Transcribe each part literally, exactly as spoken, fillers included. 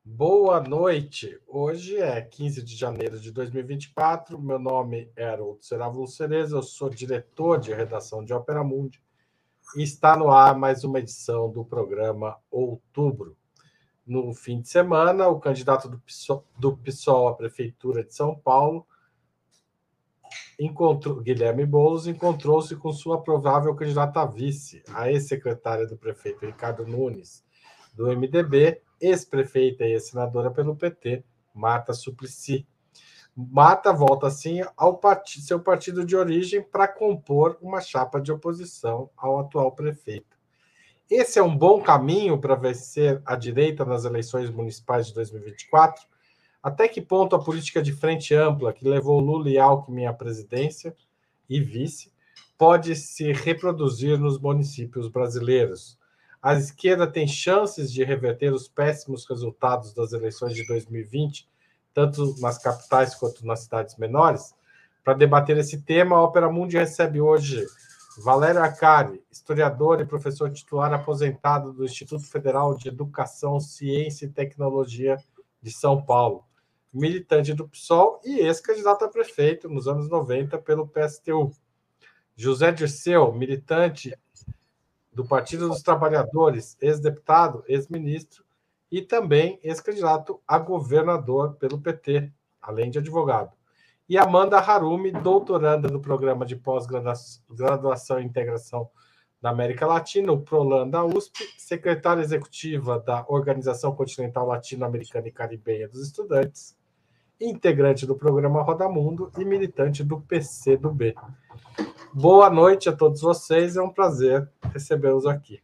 Boa noite. Hoje é quinze de janeiro de dois mil e vinte e quatro. Meu nome é Haroldo Serávulo Cereza, eu sou diretor de redação de Opera Mundi e está no ar mais uma edição do programa Outubro. No fim de semana, o candidato do PSOL, do PSOL à Prefeitura de São Paulo, encontrou, Guilherme Boulos, encontrou-se com sua provável candidata a vice, a ex-secretária do prefeito Ricardo Nunes, do M D B, ex-prefeita e ex-senadora pelo P T, Marta Suplicy. Marta volta, assim, ao part... seu partido de origem para compor uma chapa de oposição ao atual prefeito. Esse é um bom caminho para vencer a direita nas eleições municipais de dois mil e vinte e quatro? Até que ponto a política de frente ampla, que levou Lula e Alckmin à presidência e vice, pode se reproduzir nos municípios brasileiros? A esquerda tem chances de reverter os péssimos resultados das eleições de dois mil e vinte, tanto nas capitais quanto nas cidades menores? Para debater esse tema, a Opera Mundi recebe hoje Valério Arcari, historiador e professor titular aposentado do Instituto Federal de Educação, Ciência e Tecnologia de São Paulo, militante do PSOL e ex-candidato a prefeito nos anos noventa pelo P S T U. José Dirceu, militante do Partido dos Trabalhadores, ex-deputado, ex-ministro e também ex-candidato a governador pelo P T, além de advogado. E Amanda Harumi, doutoranda do Programa de Pós-Graduação e Integração da América Latina, o PROLAN da U S P, secretária executiva da Organização Continental Latino-Americana e Caribenha dos Estudantes, integrante do programa Roda Mundo e militante do P C do B. Boa noite a todos vocês, é um prazer recebê-los aqui.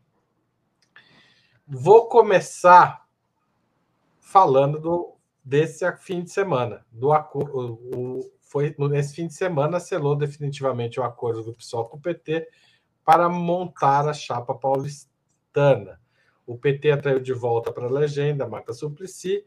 Vou começar falando do, desse fim de semana. Do, o, o, foi, nesse fim de semana, selou definitivamente o acordo do PSOL com o P T para montar a chapa paulistana. O P T atraiu de volta para a legenda Marta Suplicy.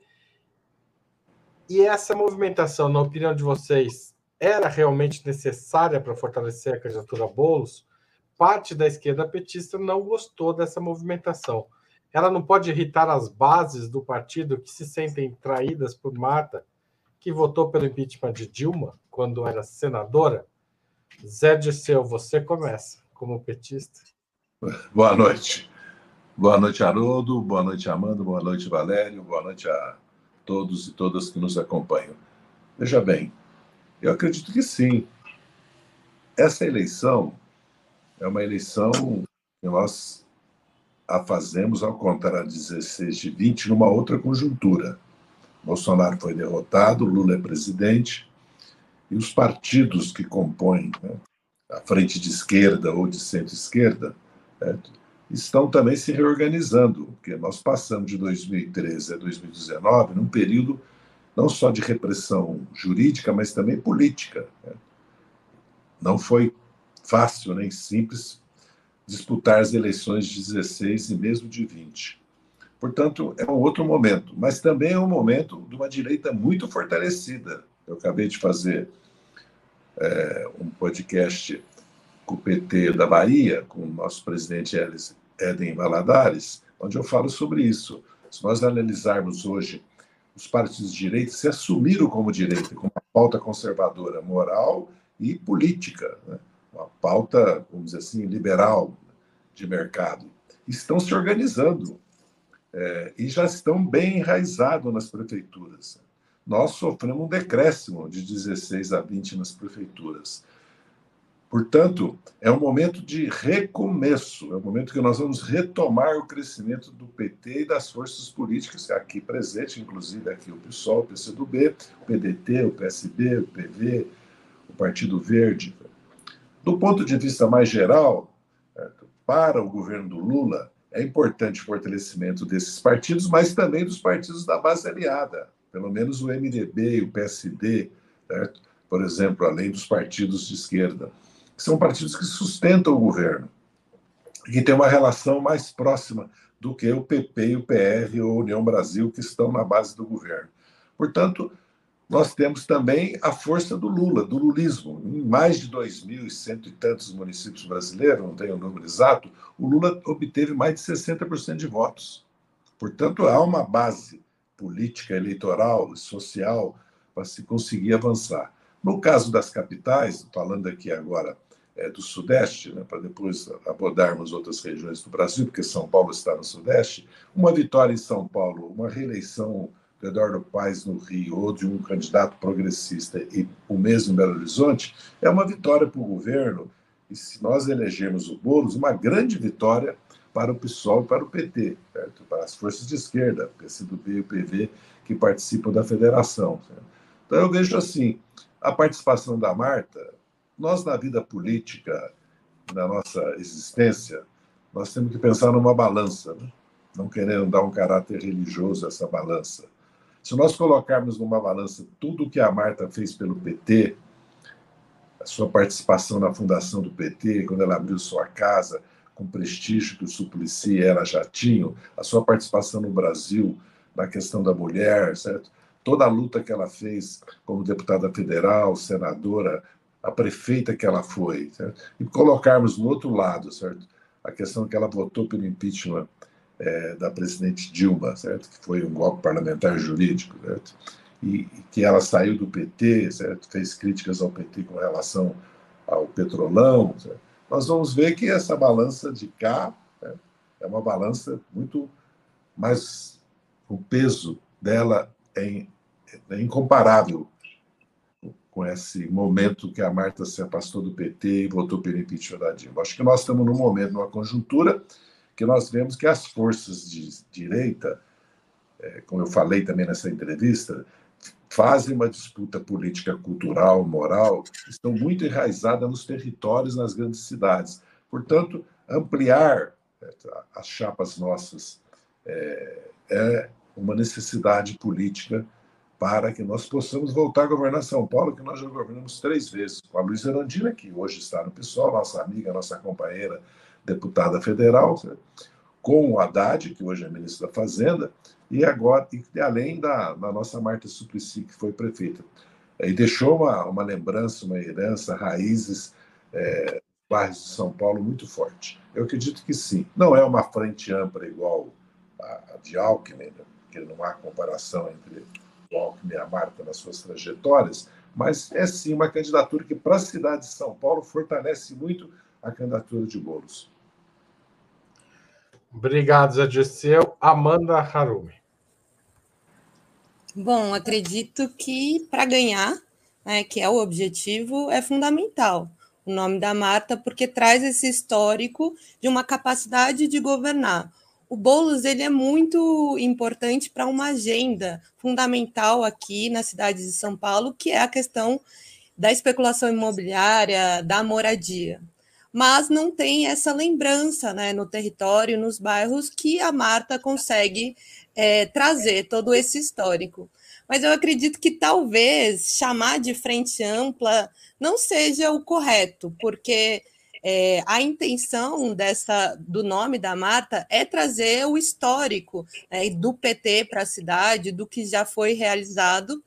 E essa movimentação, na opinião de vocês, era realmente necessária para fortalecer a candidatura a Boulos? Parte da esquerda petista não gostou dessa movimentação. Ela não pode irritar as bases do partido que se sentem traídas por Marta, que votou pelo impeachment de Dilma quando era senadora? Zé Dirceu, você começa como petista. Boa noite. Boa noite, Haroldo. Boa noite, Amanda. Boa noite, Valério. Boa noite a todos e todas que nos acompanham. Veja bem, eu acredito que sim. Essa eleição é uma eleição que nós a fazemos, ao contar a dezesseis de vinte, numa outra conjuntura. Bolsonaro foi derrotado, Lula é presidente, e os partidos que compõem, né, a frente de esquerda ou de centro-esquerda, né, estão também se reorganizando, porque nós passamos de dois mil e treze a dois mil e dezenove num período não só de repressão jurídica, mas também política. Né? Não foi fácil nem simples disputar as eleições de dezesseis e mesmo de vinte. Portanto, é um outro momento, mas também é um momento de uma direita muito fortalecida. Eu acabei de fazer é, um podcast com o P T da Bahia, com o nosso presidente Éden Valadares, onde eu falo sobre isso. Se nós analisarmos hoje os partidos de direita, se assumiram como direita, com uma pauta conservadora moral e política, né? Uma pauta, vamos dizer assim, liberal de mercado. Estão se organizando é, e já estão bem enraizados nas prefeituras. Nós sofremos um decréscimo de dezesseis a vinte nas prefeituras. Portanto, é um momento de recomeço, é um momento que nós vamos retomar o crescimento do P T e das forças políticas aqui presentes, inclusive aqui o PSOL, o P C do B, o P D T, o P S B, o P V, o Partido Verde. Do ponto de vista mais geral, para o governo do Lula, é importante o fortalecimento desses partidos, mas também dos partidos da base aliada, pelo menos o M D B e o P S D, certo? Por exemplo, além dos partidos de esquerda, que são partidos que sustentam o governo, que têm uma relação mais próxima do que o P P e o P R ou União Brasil, que estão na base do governo. Portanto, nós temos também a força do Lula, do lulismo. Em mais de dois mil e cento e tantos municípios brasileiros, não tenho o número exato, o Lula obteve mais de sessenta por cento de votos. Portanto, há uma base política, eleitoral e social para se conseguir avançar. No caso das capitais, falando aqui agora é, do Sudeste, né, para depois abordarmos outras regiões do Brasil, porque São Paulo está no Sudeste, uma vitória em São Paulo, uma reeleição do Eduardo Paes no Rio, ou de um candidato progressista, e o mesmo em Belo Horizonte, é uma vitória para o governo, e se nós elegermos o Boulos, uma grande vitória para o PSOL e para o P T, certo? Para as forças de esquerda, o P C do B e o P V, que participam da federação. Certo? Então, eu vejo assim, a participação da Marta, nós na vida política, na nossa existência, nós temos que pensar numa balança, né? Não querendo dar um caráter religioso a essa balança. Se nós colocarmos numa balança tudo o que a Marta fez pelo P T, a sua participação na fundação do P T, quando ela abriu sua casa, com o prestígio que o Suplicy e ela já tinham, a sua participação no Brasil, na questão da mulher, certo? Toda a luta que ela fez como deputada federal, senadora, a prefeita que ela foi, certo? E colocarmos no outro lado, certo? A questão que ela votou pelo impeachment é, da presidente Dilma, certo? Que foi um golpe parlamentar jurídico, certo? E, e que ela saiu do P T, certo? Fez críticas ao P T com relação ao Petrolão, certo? Nós vamos ver que essa balança de cá, né, é uma balança muito mais... O peso dela é, é incomparável com esse momento que a Marta se afastou do P T e votou pelo impeachment da Dilma. Acho que nós estamos num momento, numa conjuntura, que nós vemos que as forças de direita, é, como eu falei também nessa entrevista, fazem uma disputa política, cultural, moral, estão muito enraizadas nos territórios, nas grandes cidades. Portanto, ampliar as chapas nossas é, é uma necessidade política para que nós possamos voltar a governar São Paulo, que nós já governamos três vezes, com a Luísa Erundina, que hoje está no PSOL, nossa amiga, nossa companheira, deputada federal, com o Haddad, que hoje é ministro da Fazenda, e agora, e além da, da nossa Marta Suplicy, que foi prefeita. E deixou uma, uma lembrança, uma herança, raízes, é, bairros de São Paulo muito forte. Eu acredito que sim. Não é uma frente ampla igual a, a de Alckmin, né? Porque não há comparação entre o Alckmin e a Marta nas suas trajetórias, mas é sim uma candidatura que, para a cidade de São Paulo, fortalece muito a candidatura de Boulos. Obrigado, Zé Dirceu. Amanda Harumi. Bom, acredito que para ganhar, né, que é o objetivo, é fundamental o nome da Marta, porque traz esse histórico de uma capacidade de governar. O Boulos ele é muito importante para uma agenda fundamental aqui na cidade de São Paulo, que é a questão da especulação imobiliária, da moradia. Mas não tem essa lembrança, né, no território, nos bairros, que a Marta consegue é, trazer todo esse histórico. Mas eu acredito que talvez chamar de frente ampla não seja o correto, porque é, a intenção dessa, do nome da Marta é trazer o histórico, né, do P T para a cidade, do que já foi realizado,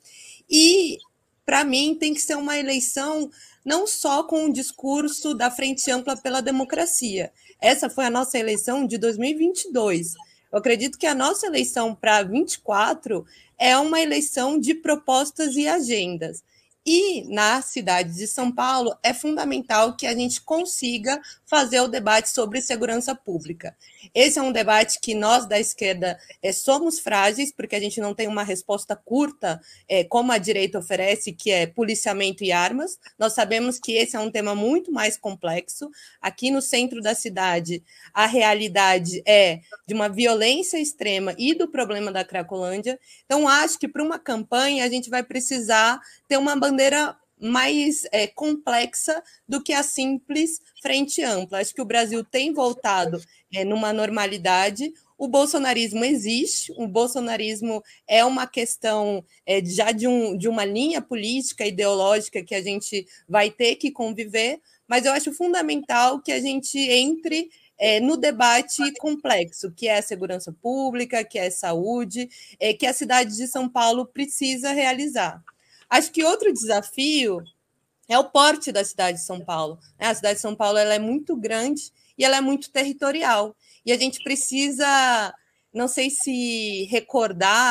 e para mim tem que ser uma eleição não só com o discurso da Frente Ampla pela Democracia. Essa foi a nossa eleição de dois mil e vinte e dois. Eu acredito que a nossa eleição para vinte e quatro é uma eleição de propostas e agendas. E na cidade de São Paulo é fundamental que a gente consiga fazer o debate sobre segurança pública. Esse é um debate que nós da esquerda é, somos frágeis, porque a gente não tem uma resposta curta, é, como a direita oferece, que é policiamento e armas. Nós sabemos que esse é um tema muito mais complexo. Aqui no centro da cidade, a realidade é de uma violência extrema e do problema da Cracolândia. Então, acho que para uma campanha a gente vai precisar ter uma bandeira mais é, complexa do que a simples frente ampla. Acho que o Brasil tem voltado é, numa normalidade. O bolsonarismo existe, o bolsonarismo é uma questão é, já de, um, de uma linha política, ideológica que a gente vai ter que conviver, mas eu acho fundamental que a gente entre é, no debate complexo, que é a segurança pública, que é a saúde, é, que a cidade de São Paulo precisa realizar. Acho que outro desafio é o porte da cidade de São Paulo. A cidade de São Paulo ela é muito grande e ela é muito territorial. E a gente precisa, não sei se recordar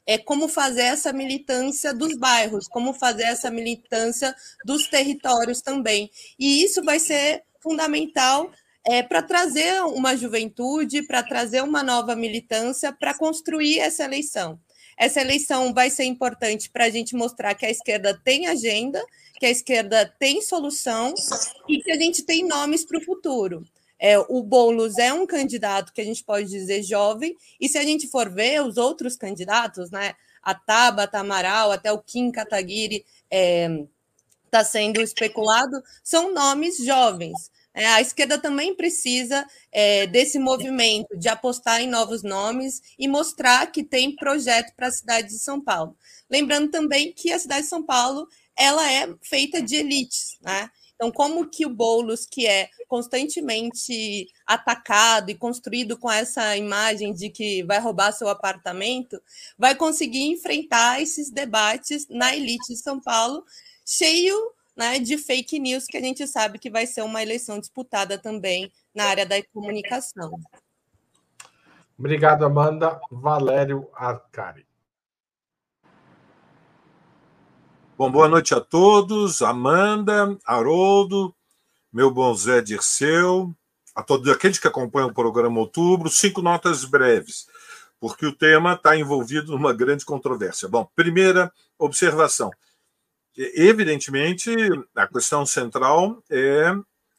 é como fazer essa militância dos bairros, como fazer essa militância dos territórios também. E isso vai ser fundamental é, para trazer uma juventude, para trazer uma nova militância, para construir essa eleição. Essa eleição vai ser importante para a gente mostrar que a esquerda tem agenda, que a esquerda tem solução e que a gente tem nomes para o futuro. É, o Boulos é um candidato que a gente pode dizer jovem, e se a gente for ver os outros candidatos, né, a Tabata Amaral, até o Kim Kataguiri está é, sendo especulado, são nomes jovens. É, a esquerda também precisa é, desse movimento de apostar em novos nomes e mostrar que tem projeto para a cidade de São Paulo. Lembrando também que a cidade de São Paulo ela é feita de elites, né? Então, como que o Boulos, que é constantemente atacado e construído com essa imagem de que vai roubar seu apartamento, vai conseguir enfrentar esses debates na elite de São Paulo, cheio, né, de fake news, que a gente sabe que vai ser uma eleição disputada também na área da comunicação. Obrigado, Amanda. Valério Arcari. Bom, boa noite a todos, Amanda, Haroldo, meu bom Zé Dirceu, a todos aqueles que acompanham o programa Outubro, cinco notas breves, porque o tema está envolvido numa grande controvérsia. Bom, primeira observação. Evidentemente, a questão central é,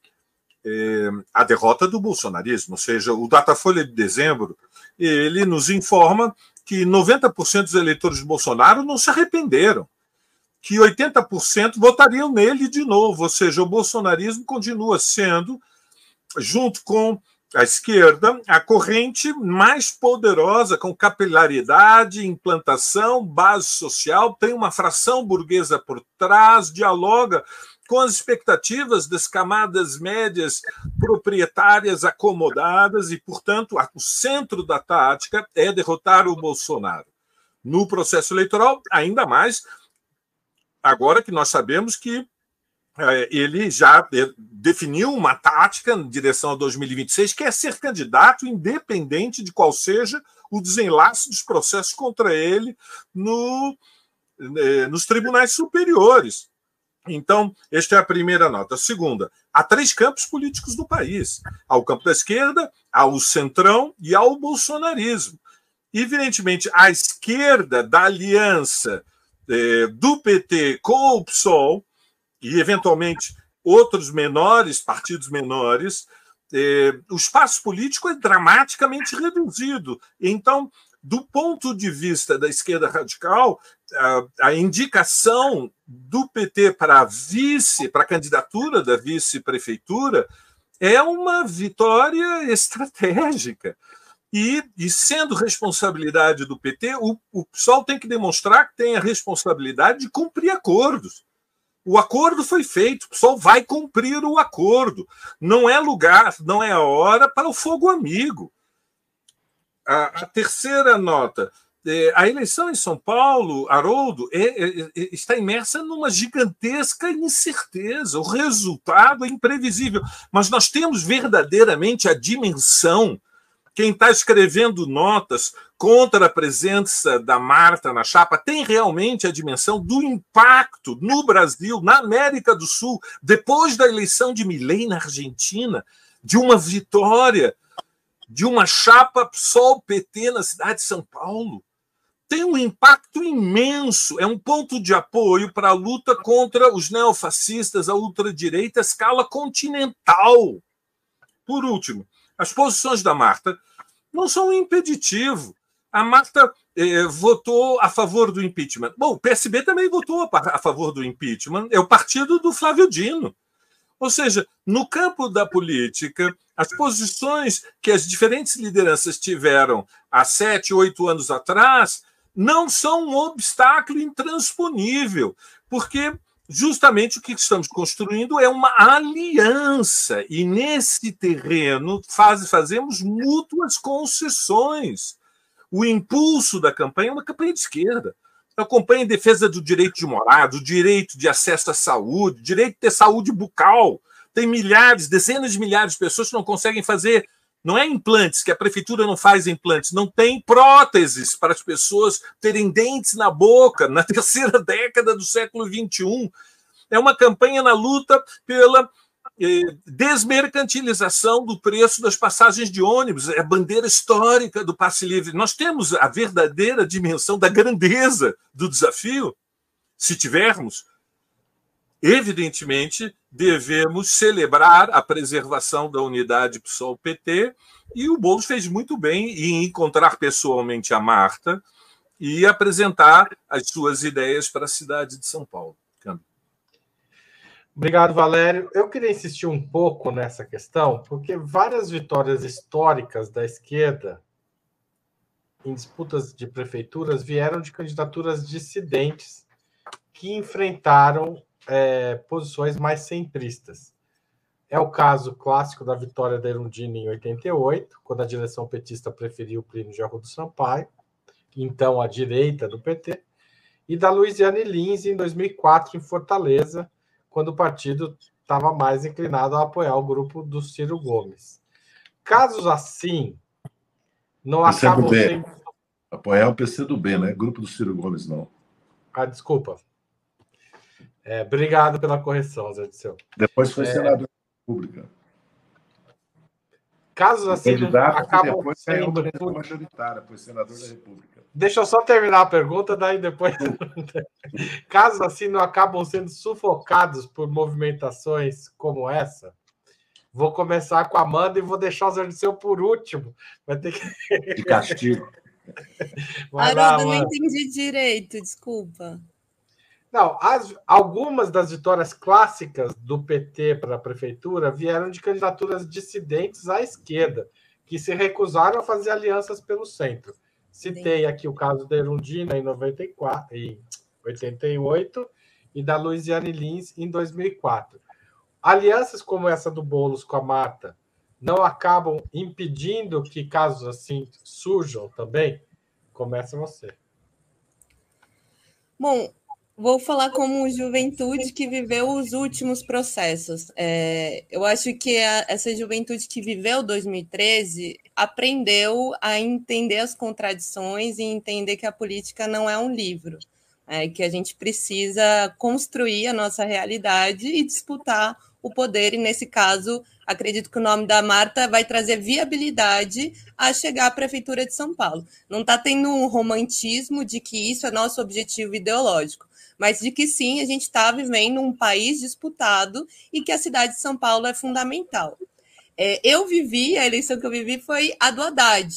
é a derrota do bolsonarismo, ou seja, o Datafolha de dezembro, ele nos informa que noventa por cento dos eleitores de Bolsonaro não se arrependeram, que oitenta por cento votariam nele de novo, ou seja, o bolsonarismo continua sendo, junto com a esquerda, a corrente mais poderosa, com capilaridade, implantação, base social, tem uma fração burguesa por trás, dialoga com as expectativas das camadas médias proprietárias acomodadas e, portanto, o centro da tática é derrotar o Bolsonaro. No processo eleitoral, ainda mais, agora que nós sabemos que é, ele já definiu uma tática em direção a dois mil e vinte e seis, que é ser candidato independente de qual seja o desenlace dos processos contra ele no, é, nos tribunais superiores. Então, esta é a primeira nota. A segunda, há três campos políticos no país. Há o campo da esquerda, há o centrão e há o bolsonarismo. Evidentemente, a esquerda da aliança do P T com o P SOL e, eventualmente, outros menores, partidos menores, eh, o espaço político é dramaticamente reduzido. Então, do ponto de vista da esquerda radical, a, a indicação do P T para a vice, para a candidatura da vice-prefeitura, é uma vitória estratégica. E, e sendo responsabilidade do P T, o, o P SOL tem que demonstrar que tem a responsabilidade de cumprir acordos. O acordo foi feito, o P SOL vai cumprir o acordo. Não é lugar, não é a hora para o fogo amigo. A, a terceira nota, é, a eleição em São Paulo, Haroldo, é, é, é, está imersa numa gigantesca incerteza. O resultado é imprevisível. Mas nós temos verdadeiramente a dimensão. Quem está escrevendo notas contra a presença da Marta na chapa tem realmente a dimensão do impacto no Brasil, na América do Sul, depois da eleição de Milei na Argentina, de uma vitória, de uma chapa P SOL P T na cidade de São Paulo. Tem um impacto imenso, é um ponto de apoio para a luta contra os neofascistas, a ultradireita, a escala continental. Por último, as posições da Marta não são um impeditivo. A Marta eh, votou a favor do impeachment. Bom, o P S B também votou a favor do impeachment. É o partido do Flávio Dino. Ou seja, no campo da política, as posições que as diferentes lideranças tiveram há sete, oito anos atrás não são um obstáculo intransponível, porque justamente o que estamos construindo é uma aliança, e nesse terreno faz, fazemos mútuas concessões. O impulso da campanha é uma campanha de esquerda. É uma campanha em defesa do direito de morar, do direito de acesso à saúde, direito de ter saúde bucal. Tem milhares, dezenas de milhares de pessoas que não conseguem fazer Não é implantes, que a prefeitura não faz implantes, não tem próteses para as pessoas terem dentes na boca na terceira década do século vinte e um. É uma campanha na luta pela eh, desmercantilização do preço das passagens de ônibus, é a bandeira histórica do passe livre. Nós temos a verdadeira dimensão da grandeza do desafio, se tivermos. Evidentemente, devemos celebrar a preservação da unidade PSOL-P T, e o Boulos fez muito bem em encontrar pessoalmente a Marta e apresentar as suas ideias para a cidade de São Paulo. Obrigado, Valério. Eu queria insistir um pouco nessa questão, porque várias vitórias históricas da esquerda em disputas de prefeituras vieram de candidaturas dissidentes que enfrentaram É, posições mais centristas. É o caso clássico da vitória da Erundina em oitenta e oito, quando a direção petista preferiu o Plínio de Arruda Sampaio, então a direita do P T, e da Luiziane Lins em dois mil e quatro, em Fortaleza, quando o partido estava mais inclinado a apoiar o grupo do Ciro Gomes. Casos assim não P C do acabam B. sendo... Apoiar o P C do B, né? Grupo do Ciro Gomes, não. Ah, desculpa. É, obrigado pela correção, Zé Disseu. Depois foi é... senador da República. Casos assim acabam depois sendo... Uma majoritária, foi senador da República. Deixa eu só terminar a pergunta, daí depois... Casos assim não acabam sendo sufocados por movimentações como essa? Vou começar com a Amanda e vou deixar o Zé Disseu por último. Vai ter que... De castigo. Haroldo, não entendi direito, desculpa. Não, as, algumas das vitórias clássicas do P T para a prefeitura vieram de candidaturas dissidentes à esquerda, que se recusaram a fazer alianças pelo centro. Citei Sim. aqui o caso da Erundina em noventa e quatro, em oitenta e oito e da Luiziane Lins em dois mil e quatro. Alianças como essa do Boulos com a Marta não acabam impedindo que casos assim surjam também? Começa você. Bom, vou falar como juventude que viveu os últimos processos. É, eu acho que a, essa juventude que viveu dois mil e treze aprendeu a entender as contradições e entender que a política não é um livro, é, que a gente precisa construir a nossa realidade e disputar o poder, e nesse caso, acredito que o nome da Marta vai trazer viabilidade a chegar à Prefeitura de São Paulo. Não está tendo um romantismo de que isso é nosso objetivo ideológico, mas de que sim, a gente está vivendo um país disputado e que a cidade de São Paulo é fundamental. É, eu vivi, a eleição que eu vivi foi a do Haddad,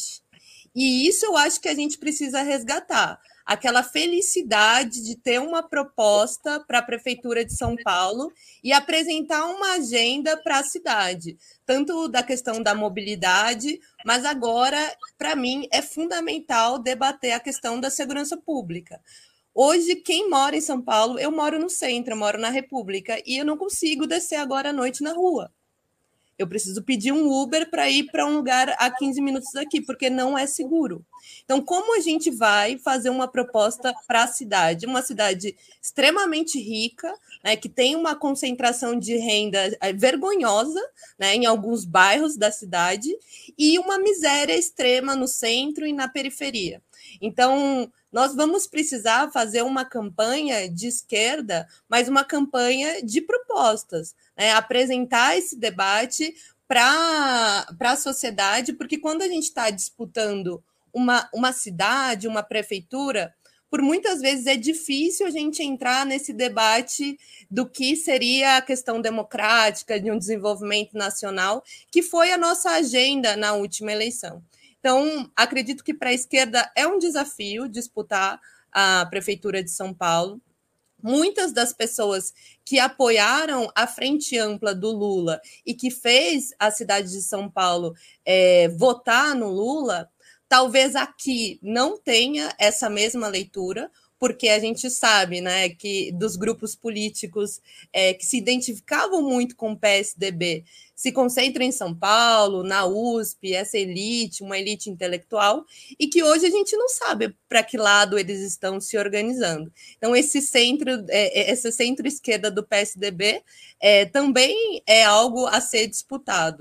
e isso eu acho que a gente precisa resgatar. Aquela felicidade de ter uma proposta para a Prefeitura de São Paulo e apresentar uma agenda para a cidade, tanto da questão da mobilidade, mas agora, para mim, é fundamental debater a questão da segurança pública. Hoje, quem mora em São Paulo, eu moro no centro, eu moro na República, e eu não consigo descer agora à noite na rua. Eu preciso pedir um Uber para ir para um lugar a quinze minutos daqui, porque não é seguro. Então, como a gente vai fazer uma proposta para a cidade? Uma cidade extremamente rica, né, que tem uma concentração de renda vergonhosa, né, em alguns bairros da cidade, e uma miséria extrema no centro e na periferia. Então, nós vamos precisar fazer uma campanha de esquerda, mas uma campanha de propostas, né? Apresentar esse debate para a sociedade, porque quando a gente está disputando uma, uma cidade, uma prefeitura, por muitas vezes é difícil a gente entrar nesse debate do que seria a questão democrática, de um desenvolvimento nacional, que foi a nossa agenda na última eleição. Então, acredito que para a esquerda é um desafio disputar a Prefeitura de São Paulo. Muitas das pessoas que apoiaram a frente ampla do Lula e que fez a cidade de São Paulo é, votar no Lula, talvez aqui não tenha essa mesma leitura, porque a gente sabe, né, que dos grupos políticos é, que se identificavam muito com o P S D B se concentram em São Paulo, na U S P, essa elite, uma elite intelectual, e que hoje a gente não sabe para que lado eles estão se organizando. Então, esse centro, é, essa centro-esquerda do P S D B é, também é algo a ser disputado.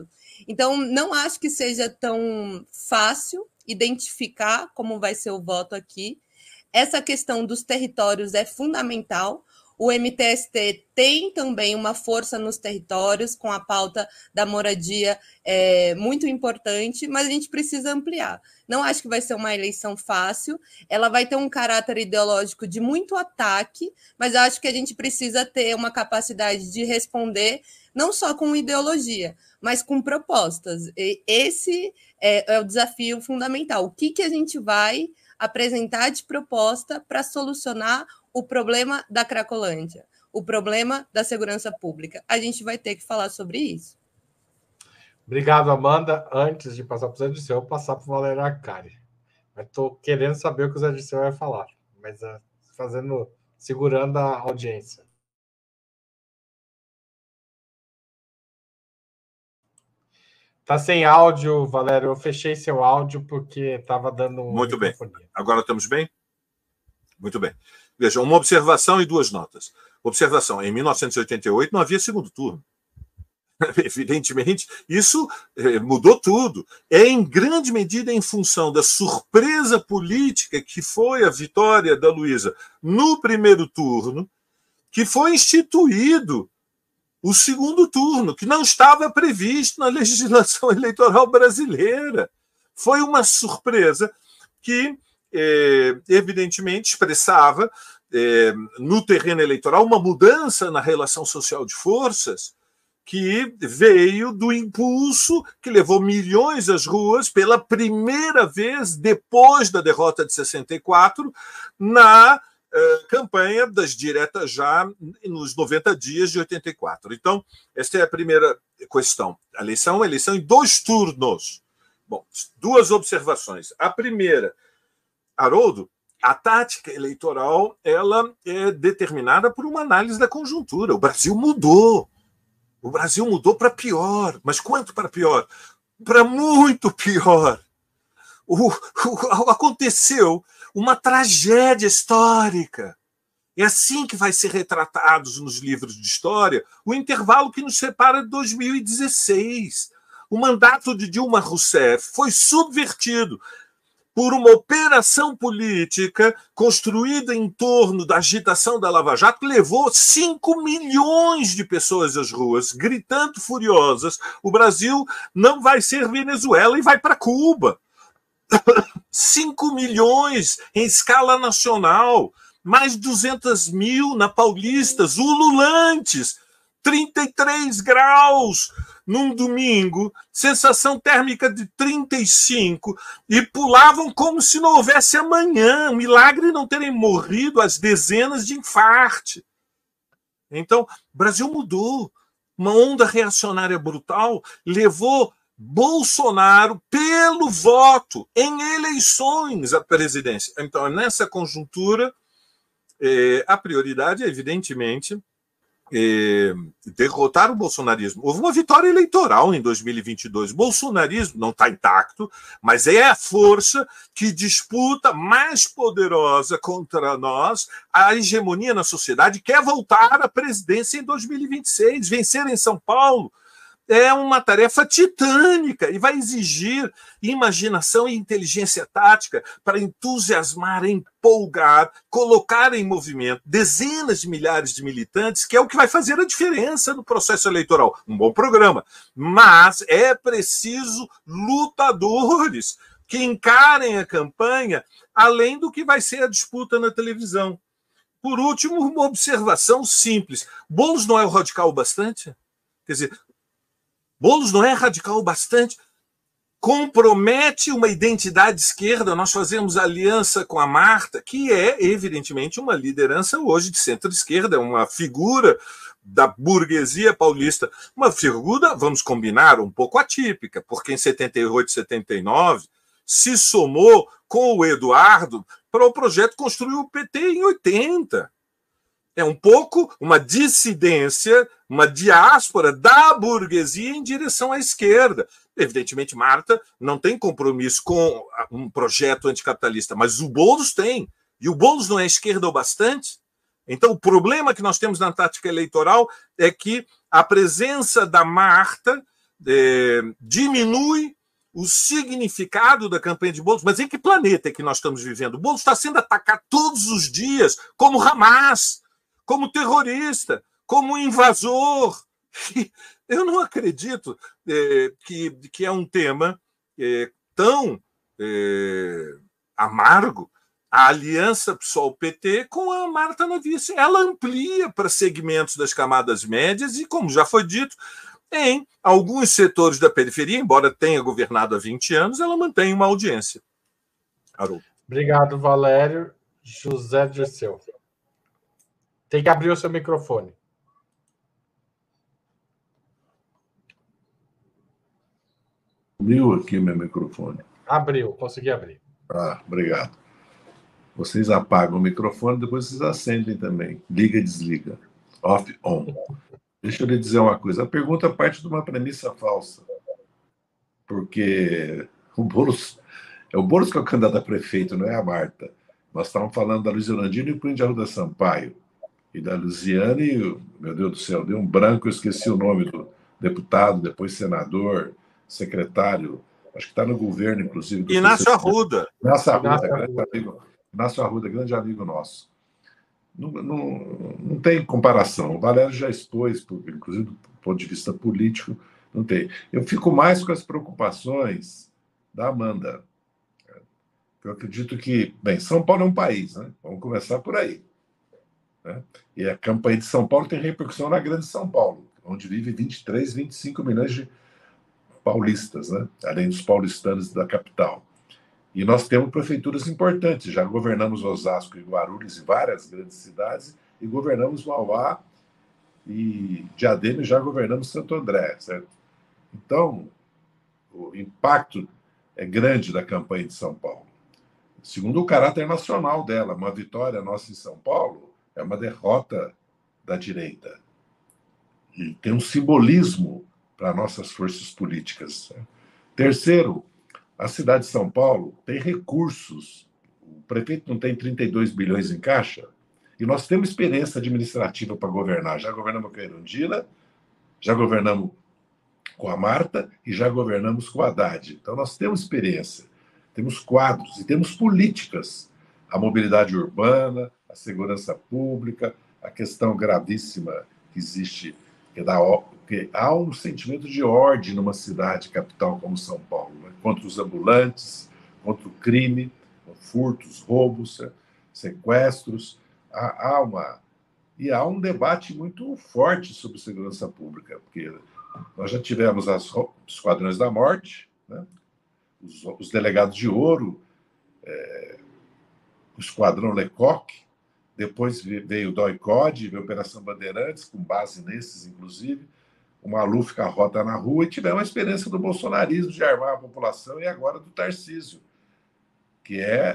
Então, não acho que seja tão fácil identificar como vai ser o voto aqui. Essa questão dos territórios é fundamental. O M T S T tem também uma força nos territórios, com a pauta da moradia é, muito importante, mas a gente precisa ampliar. Não acho que vai ser uma eleição fácil, ela vai ter um caráter ideológico de muito ataque, mas acho que a gente precisa ter uma capacidade de responder não só com ideologia, mas com propostas. E esse é, é o desafio fundamental. O que, que a gente vai apresentar de proposta para solucionar o problema da Cracolândia, o problema da segurança pública? A gente vai ter que falar sobre isso. Obrigado, Amanda. Antes de passar para o Zé Dirceu, eu vou passar para o Valério Arcari. Estou querendo saber o que o Zé Dirceu vai falar, mas uh, fazendo, segurando a audiência. Tá sem áudio, Valério. Eu fechei seu áudio porque estava dando Muito microfonia. Bem. Agora estamos bem? Muito bem. Veja, uma observação e duas notas. Observação: em mil novecentos e oitenta e oito não havia segundo turno. Evidentemente, isso eh, mudou tudo. É em grande medida em função da surpresa política que foi a vitória da Luísa no primeiro turno que foi instituído o segundo turno, que não estava previsto na legislação eleitoral brasileira. Foi uma surpresa que, eh, evidentemente, expressava eh, no terreno eleitoral uma mudança na relação social de forças que veio do impulso que levou milhões às ruas pela primeira vez depois da derrota de sessenta e quatro na uh, campanha das diretas já nos noventa dias de oitenta e quatro. Então, esta é a primeira questão. A eleição é uma eleição em dois turnos. Bom, duas observações. A primeira, Haroldo, a tática eleitoral ela é determinada por uma análise da conjuntura. O Brasil mudou. O Brasil mudou para pior. Mas quanto para pior? Para muito pior. O, o, aconteceu uma tragédia histórica. É assim que vai ser retratado nos livros de história o intervalo que nos separa de dois mil e dezesseis. O mandato de Dilma Rousseff foi subvertido por uma operação política construída em torno da agitação da Lava Jato, que levou cinco milhões de pessoas às ruas, gritando furiosas: o Brasil não vai ser Venezuela e vai para Cuba. cinco milhões em escala nacional, mais duzentos mil na Paulista, ululantes, trinta e três graus num domingo, sensação térmica de trinta e cinco, e pulavam como se não houvesse amanhã. Um milagre não terem morrido as dezenas de infarte. Então, o Brasil mudou. Uma onda reacionária brutal levou Bolsonaro pelo voto em eleições à presidência. Então, nessa conjuntura, eh, a prioridade é, evidentemente, Eh, derrotar o bolsonarismo. Houve uma vitória eleitoral em dois mil e vinte e dois. O bolsonarismo não está intacto, mas é a força que disputa mais poderosa contra nós a hegemonia na sociedade, quer voltar à presidência em dois mil e vinte e seis. Vencer em São Paulo é uma tarefa titânica e vai exigir imaginação e inteligência tática para entusiasmar, empolgar, colocar em movimento dezenas de milhares de militantes, que é o que vai fazer a diferença no processo eleitoral. Um bom programa, mas é preciso lutadores que encarem a campanha além do que vai ser a disputa na televisão. Por último, uma observação simples. Boulos não é o radical bastante? Quer dizer, Boulos não é radical bastante? Compromete uma identidade esquerda. Nós fazemos aliança com a Marta, que é, evidentemente, uma liderança hoje de centro-esquerda, uma figura da burguesia paulista. Uma figura, vamos combinar, um pouco atípica, porque em setenta e oito, setenta e nove se somou com o Eduardo para o projeto construir o P T em oitenta. É um pouco uma dissidência, uma diáspora da burguesia em direção à esquerda. Evidentemente, Marta não tem compromisso com um projeto anticapitalista, mas o Boulos tem. E o Boulos não é esquerda o bastante? Então, o problema que nós temos na tática eleitoral é que a presença da Marta é, diminui o significado da campanha de Boulos. Mas em que planeta é que nós estamos vivendo? O Boulos está sendo atacado todos os dias como Hamas, como terrorista, como invasor. Eu não acredito é, que, que é um tema é, tão é, amargo. A aliança PSOL-P T com a Marta na vice. Ela amplia para segmentos das camadas médias e, como já foi dito, em alguns setores da periferia, embora tenha governado há vinte anos, ela mantém uma audiência. Haroldo. Obrigado, Valério. José Dirceu. Tem que abrir o seu microfone. Abriu aqui meu microfone. Abriu, consegui abrir. Ah, obrigado. Vocês apagam o microfone, depois vocês acendem também. Liga e desliga. Off, on. Deixa eu lhe dizer uma coisa. A pergunta parte de uma premissa falsa. Porque o Boulos... É o Boulos que é o candidato a prefeito, não é a Marta. Nós estávamos falando da Luiza Orandini e o Cunha de Arruda Sampaio. E da Luziane, meu Deus do céu, deu um branco, eu esqueci o nome do deputado, depois senador, secretário, acho que está no governo, inclusive. Do Inácio Arruda. Inácio Arruda, Inácio grande Arruda. amigo. Inácio Arruda, grande amigo nosso. Não, não, não tem comparação. O Valério já expôs, inclusive do ponto de vista político, não tem. Eu fico mais com as preocupações da Amanda. Eu acredito que, bem, São Paulo é um país, né? Vamos começar por aí. Né? E a campanha de São Paulo tem repercussão na Grande São Paulo, onde vive vinte e três, vinte e cinco milhões de paulistas, né? Além dos paulistanos da capital. E nós temos prefeituras importantes, já governamos Osasco e Guarulhos e várias grandes cidades, e governamos Mauá e Diadema, e já governamos Santo André, certo? Então, o impacto é grande da campanha de São Paulo. Segundo o caráter nacional dela, uma vitória nossa em São Paulo é uma derrota da direita. E tem um simbolismo para nossas forças políticas. Certo? Terceiro, a cidade de São Paulo tem recursos. O prefeito não tem trinta e dois bilhões em caixa, e nós temos experiência administrativa para governar. Já governamos com a Erundina, já governamos com a Marta e já governamos com a Haddad. Então, nós temos experiência, temos quadros e temos políticas. A mobilidade urbana, a segurança pública, a questão gravíssima que existe, que, dá, que há um sentimento de ordem numa cidade capital como São Paulo, né? Contra os ambulantes, contra o crime, furtos, roubos, sequestros. Há, há uma... E há um debate muito forte sobre segurança pública, porque nós já tivemos as esquadrões da morte, né? os, os delegados de ouro, é, o esquadrão Lecoq, depois veio o D O I-C O D, veio a Operação Bandeirantes, com base nesses, inclusive, o Maluf com a rota na rua, e tivemos a experiência do bolsonarismo de armar a população e agora do Tarcísio, que é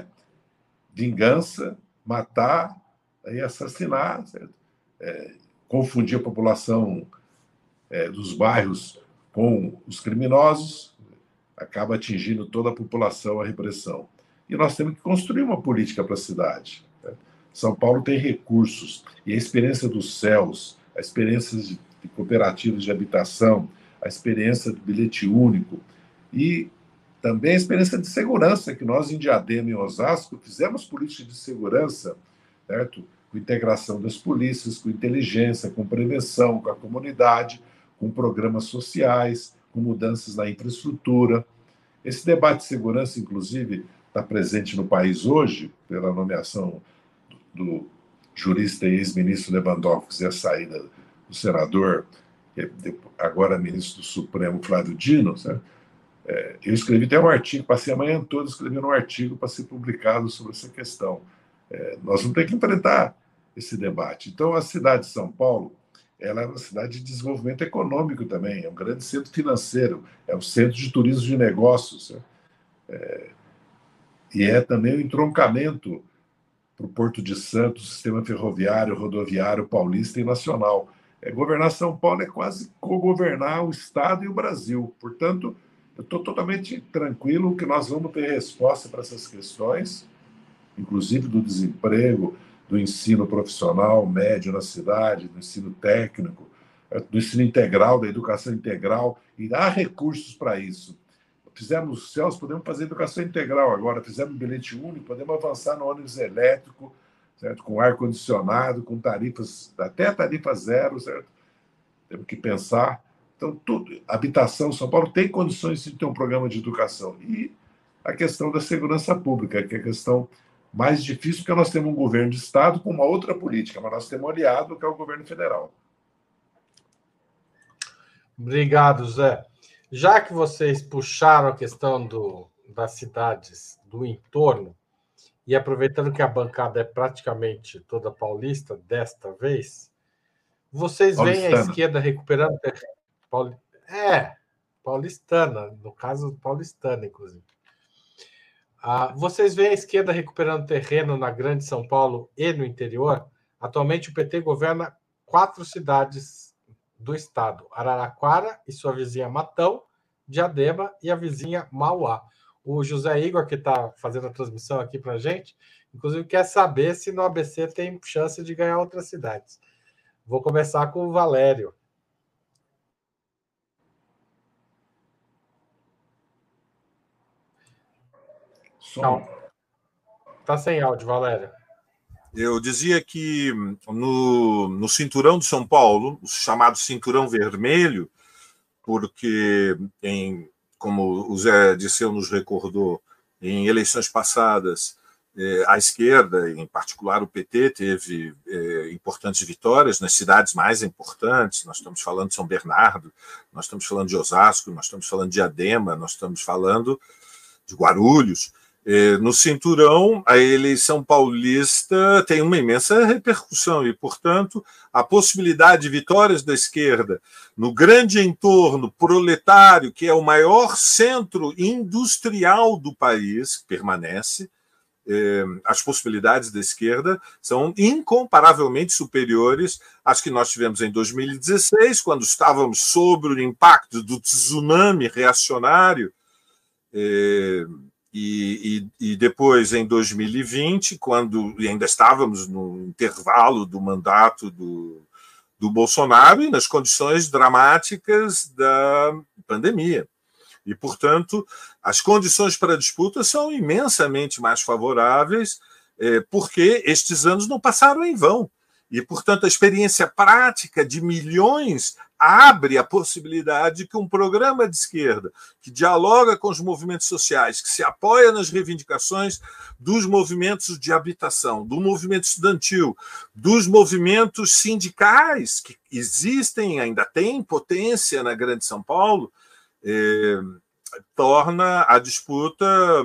vingança, matar e assassinar, é, confundir a população é, dos bairros com os criminosos, acaba atingindo toda a população a repressão. E nós temos que construir uma política para a cidade. Né? São Paulo tem recursos, e a experiência dos céus, a experiência de, de cooperativas de habitação, a experiência do bilhete único e também a experiência de segurança, que nós em Diadema e Osasco fizemos política de segurança, certo? Com integração das polícias, com inteligência, com prevenção, com a comunidade, com programas sociais, com mudanças na infraestrutura. Esse debate de segurança, inclusive, está presente no país hoje, pela nomeação do, do jurista e ex-ministro Lewandowski e a saída do senador, agora ministro do Supremo, Flávio Dino. Certo? É, eu escrevi até um artigo, passei a manhã toda escrevendo um artigo para ser publicado sobre essa questão. É, nós vamos ter que enfrentar esse debate. Então, a cidade de São Paulo, ela é uma cidade de desenvolvimento econômico também, é um grande centro financeiro, é um centro de turismo de negócios, é, e é também o entroncamento para o Porto de Santos, sistema ferroviário, rodoviário, paulista e nacional. É, governar São Paulo é quase co-governar o Estado e o Brasil. Portanto, eu estou totalmente tranquilo que nós vamos ter resposta para essas questões, inclusive do desemprego, do ensino profissional médio na cidade, do ensino técnico, do ensino integral, da educação integral, e há recursos para isso. Fizemos, Celso, podemos fazer educação integral agora, fizemos bilhete único, podemos avançar no ônibus elétrico, certo? Com ar-condicionado, com tarifas, até tarifa zero, certo? Temos que pensar. Então, tudo, habitação, São Paulo tem condições de ter um programa de educação. E a questão da segurança pública, que é a questão mais difícil, porque nós temos um governo de Estado com uma outra política, mas nós temos um aliado, que é o governo federal. Obrigado, Zé. Já que vocês puxaram a questão do, das cidades do entorno, e aproveitando que a bancada é praticamente toda paulista, desta vez, vocês veem a esquerda recuperando... Pauli... É, paulistana, no caso paulistana, inclusive. Ah, vocês veem a esquerda recuperando terreno na Grande São Paulo e no interior? Atualmente o P T governa quatro cidades do estado: Araraquara e sua vizinha Matão, Diadema e a vizinha Mauá. O José Igor, que está fazendo a transmissão aqui para a gente, inclusive quer saber se no A B C tem chance de ganhar outras cidades. Vou começar com o Valério. Não. Está sem áudio, Valério. Eu dizia que no, no cinturão de São Paulo, o chamado cinturão vermelho, porque, em, como o Zé Dirceu nos recordou, em eleições passadas, eh, a esquerda, em particular o P T, teve eh, importantes vitórias nas cidades mais importantes. Nós estamos falando de São Bernardo, nós estamos falando de Osasco, nós estamos falando de Diadema, nós estamos falando de Guarulhos. No cinturão, a eleição paulista tem uma imensa repercussão e, portanto, a possibilidade de vitórias da esquerda no grande entorno proletário, que é o maior centro industrial do país, permanece. As possibilidades da esquerda são incomparavelmente superiores às que nós tivemos em dois mil e dezesseis, quando estávamos sob o impacto do tsunami reacionário, E, e, e depois, em dois mil e vinte, quando ainda estávamos no intervalo do mandato do, do Bolsonaro e nas condições dramáticas da pandemia. E, portanto, as condições para a disputa são imensamente mais favoráveis, eh, porque estes anos não passaram em vão. E, portanto, a experiência prática de milhões abre a possibilidade de que um programa de esquerda que dialoga com os movimentos sociais, que se apoia nas reivindicações dos movimentos de habitação, do movimento estudantil, dos movimentos sindicais que existem, ainda têm potência na Grande São Paulo, eh, torna a disputa,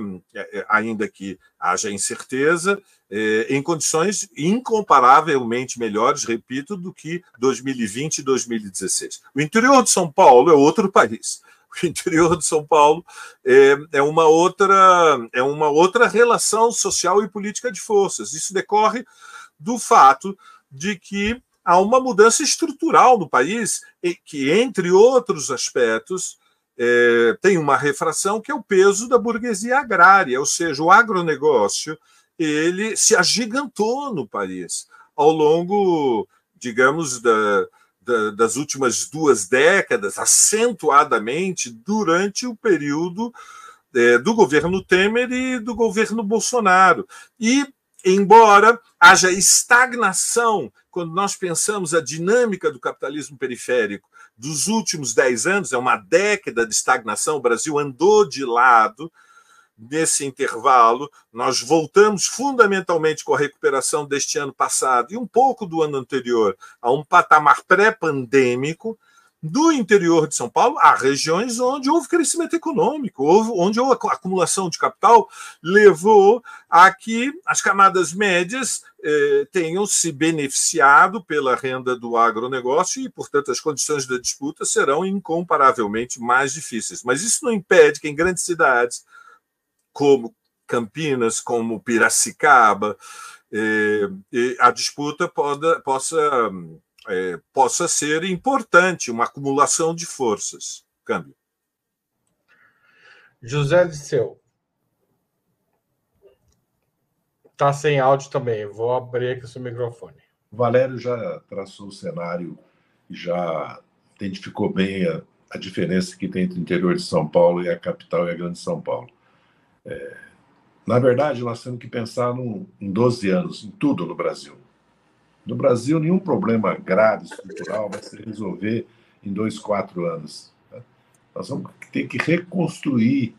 ainda que haja incerteza, em condições incomparavelmente melhores, repito, do que dois mil e vinte e dois mil e dezesseis. O interior de São Paulo é outro país. O interior de São Paulo é, é, uma outra, é uma outra relação social e política de forças. Isso decorre do fato de que há uma mudança estrutural no país, que, entre outros aspectos, É, tem uma refração que é o peso da burguesia agrária, ou seja, o agronegócio ele se agigantou no país ao longo, digamos, da, da, das últimas duas décadas, acentuadamente durante o período é, do governo Temer e do governo Bolsonaro. E, embora haja estagnação, quando nós pensamos a dinâmica do capitalismo periférico dos últimos dez anos, é uma década de estagnação, o Brasil andou de lado. Nesse intervalo, nós voltamos fundamentalmente com a recuperação deste ano passado e um pouco do ano anterior a um patamar pré-pandêmico. Do interior de São Paulo, há regiões onde houve crescimento econômico, houve, onde houve acumulação de capital, levou a que as camadas médias eh, tenham se beneficiado pela renda do agronegócio e, portanto, as condições da disputa serão incomparavelmente mais difíceis. Mas isso não impede que em grandes cidades, como Campinas, como Piracicaba, eh, a disputa poda, possa... É, possa ser importante, uma acumulação de forças. Câmbio. José Dirceu. Está sem áudio também. Vou abrir aqui o seu microfone. O Valério já traçou o cenário já identificou bem a, a diferença que tem entre o interior de São Paulo e a capital e a grande São Paulo. É, na verdade, nós temos que pensar num, em doze anos, em tudo no Brasil. No Brasil, nenhum problema grave, estrutural, vai se resolver em dois, quatro anos. Né? Nós vamos ter que reconstruir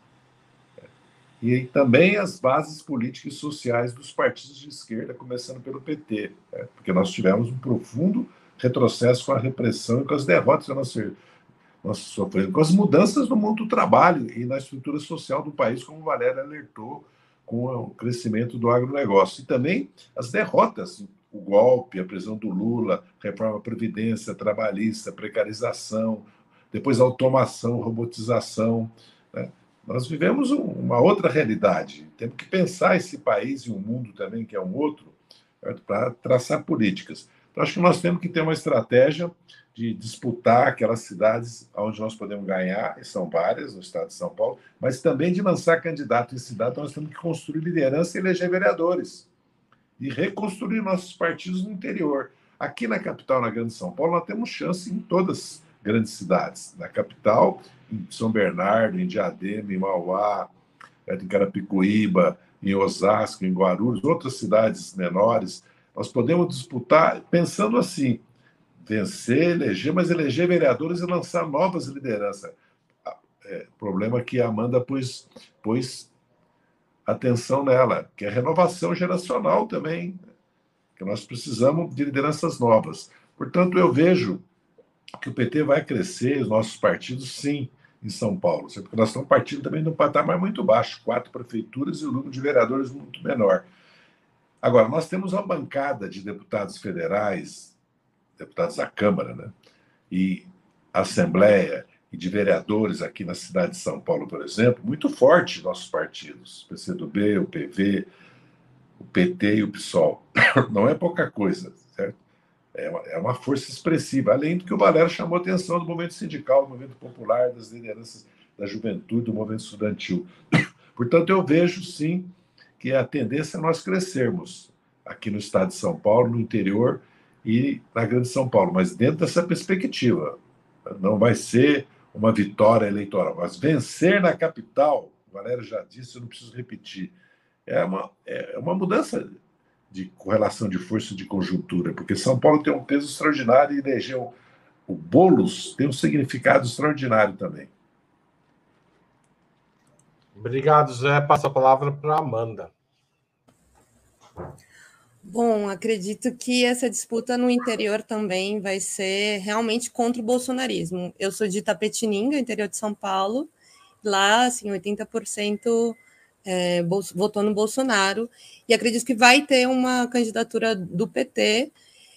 e também as bases políticas e sociais dos partidos de esquerda, começando pelo P T, né? Porque nós tivemos um profundo retrocesso com a repressão e com as derrotas que nós, nós sofremos, com as mudanças no mundo do trabalho e na estrutura social do país, como o Valério alertou, com o crescimento do agronegócio. E também as derrotas, o golpe, a prisão do Lula, reforma da Previdência, trabalhista, precarização, depois automação, robotização, né? Nós vivemos um, uma outra realidade. Temos que pensar esse país e o mundo também, que é um outro, para traçar políticas. Então, acho que nós temos que ter uma estratégia de disputar aquelas cidades onde nós podemos ganhar, e são várias no estado de São Paulo, mas também de lançar candidato em cidade. Nós temos que construir liderança e eleger vereadores. E reconstruir nossos partidos no interior. Aqui na capital, na grande São Paulo, nós temos chance em todas as grandes cidades. Na capital, em São Bernardo, em Diadema, em Mauá, em Carapicuíba, em Osasco, em Guarulhos, outras cidades menores. Nós podemos disputar pensando assim, vencer, eleger, mas eleger vereadores e lançar novas lideranças. É, problema que a Amanda pôs, pôs atenção nela, que é a renovação geracional também, que nós precisamos de lideranças novas. Portanto, eu vejo que o P T vai crescer, os nossos partidos, sim, em São Paulo, porque nós estamos partindo também de um patamar muito baixo, quatro prefeituras e o número de vereadores muito menor. Agora, nós temos uma bancada de deputados federais, deputados da Câmara, né, e Assembleia, e de vereadores aqui na cidade de São Paulo, por exemplo, muito forte nossos partidos, o P C do B, o P V, o P T e o PSOL. Não é pouca coisa, certo? É uma, é uma força expressiva, além do que o Valério chamou a atenção do movimento sindical, do movimento popular, das lideranças da juventude, do movimento estudantil. Portanto, eu vejo, sim, que a tendência é nós crescermos aqui no estado de São Paulo, no interior e na grande São Paulo, mas dentro dessa perspectiva. Não vai ser uma vitória eleitoral, mas vencer na capital, o Valério já disse, eu não preciso repetir, é uma, é uma mudança de correlação de força e de conjuntura, porque São Paulo tem um peso extraordinário e eleger o, o Boulos tem um significado extraordinário também. Obrigado, Zé. Passo a palavra para a Amanda. Bom, acredito que essa disputa no interior também vai ser realmente contra o bolsonarismo. Eu sou de Itapetininga, interior de São Paulo. Lá, assim, oitenta por cento é, votou no Bolsonaro. E acredito que vai ter uma candidatura do P T,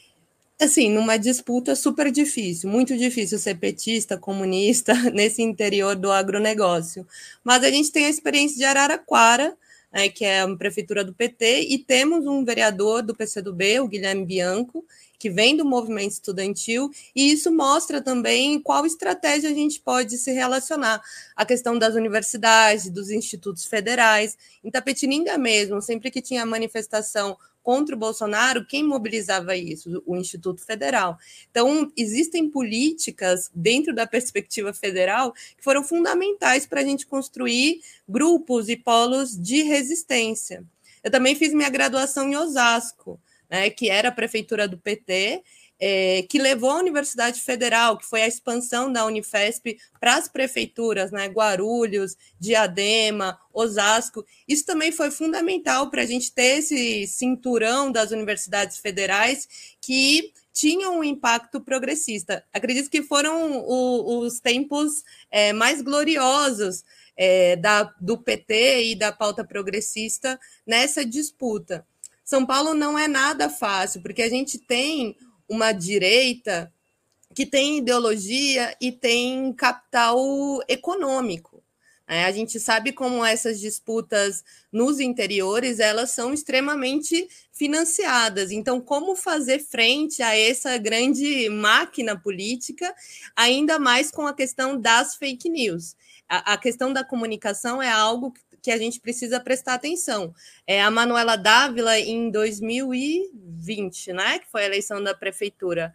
assim, numa disputa super difícil. Muito difícil ser petista, comunista, nesse interior do agronegócio. Mas a gente tem a experiência de Araraquara, né, que é a prefeitura do P T, e temos um vereador do P C do B, o Guilherme Bianco, que vem do movimento estudantil, e isso mostra também qual estratégia a gente pode se relacionar. A questão das universidades, dos institutos federais. Em Itapetininga mesmo, sempre que tinha manifestação contra o Bolsonaro, quem mobilizava isso? O Instituto Federal. Então, existem políticas dentro da perspectiva federal que foram fundamentais para a gente construir grupos e polos de resistência. Eu também fiz minha graduação em Osasco, né, que era a prefeitura do P T, é, que levou a Universidade Federal, que foi a expansão da Unifesp para as prefeituras, né, Guarulhos, Diadema, Osasco. Isso também foi fundamental para a gente ter esse cinturão das universidades federais que tinham um impacto progressista. Acredito que foram o, os tempos é, mais gloriosos é, da, do P T e da pauta progressista nessa disputa. São Paulo não é nada fácil, porque a gente tem uma direita que tem ideologia e tem capital econômico. É, a gente sabe como essas disputas nos interiores, elas são extremamente financiadas. Então, como fazer frente a essa grande máquina política, ainda mais com a questão das fake news? A, a questão da comunicação é algo que que a gente precisa prestar atenção. É, a Manuela Dávila, em dois mil e vinte, né, que foi a eleição da prefeitura,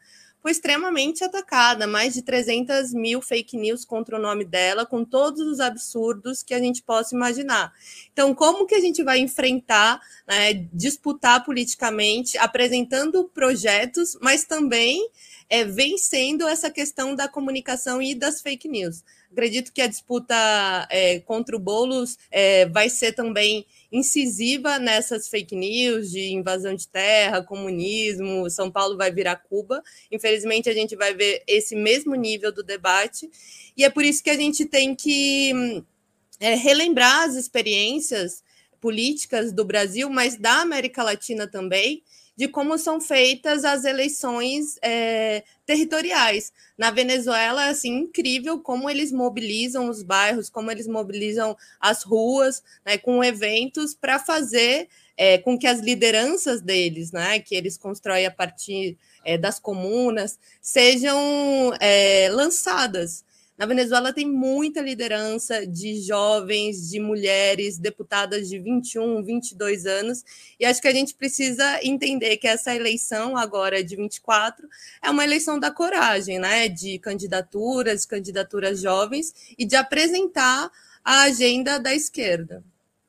foi extremamente atacada, mais de trezentas mil fake news contra o nome dela, com todos os absurdos que a gente possa imaginar. Então, como que a gente vai enfrentar, né, disputar politicamente, apresentando projetos, mas também é, vencendo essa questão da comunicação e das fake news? Acredito que a disputa é, contra o Boulos é, vai ser também incisiva nessas fake news de invasão de terra, comunismo, São Paulo vai virar Cuba. Infelizmente, a gente vai ver esse mesmo nível do debate, e é por isso que a gente tem que é, relembrar as experiências políticas do Brasil, mas da América Latina também, de como são feitas as eleições é, territoriais. Na Venezuela, é assim, incrível como eles mobilizam os bairros, como eles mobilizam as ruas, né, com eventos para fazer é, com que as lideranças deles, né, que eles constroem a partir é, das comunas, sejam é, lançadas. Na Venezuela tem muita liderança de jovens, de mulheres, deputadas de vinte e um, vinte e dois anos, e acho que a gente precisa entender que essa eleição agora de vinte e quatro é uma eleição da coragem, né? De candidaturas, candidaturas jovens, e de apresentar a agenda da esquerda.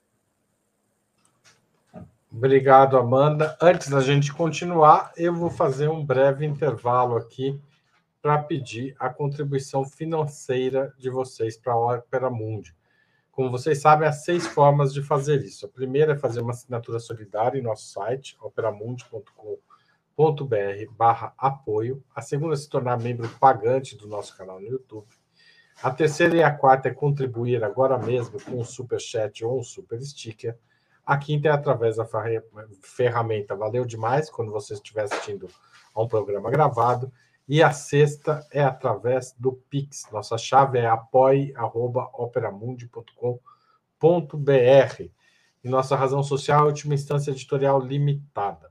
Obrigado, Amanda. Antes da gente continuar, eu vou fazer um breve intervalo aqui para pedir a contribuição financeira de vocês para a Opera Mundi. Como vocês sabem, há seis formas de fazer isso. A primeira é fazer uma assinatura solidária em nosso site, operamundi ponto com ponto br barra apoio. A segunda é se tornar membro pagante do nosso canal no YouTube. A terceira e a quarta é contribuir agora mesmo com um superchat ou um super sticker. A quinta é através da ferramenta Valeu Demais, quando você estiver assistindo a um programa gravado. E a sexta é através do Pix. Nossa chave é apoie arroba operamundi ponto com ponto br. E nossa razão social é a última instância editorial limitada.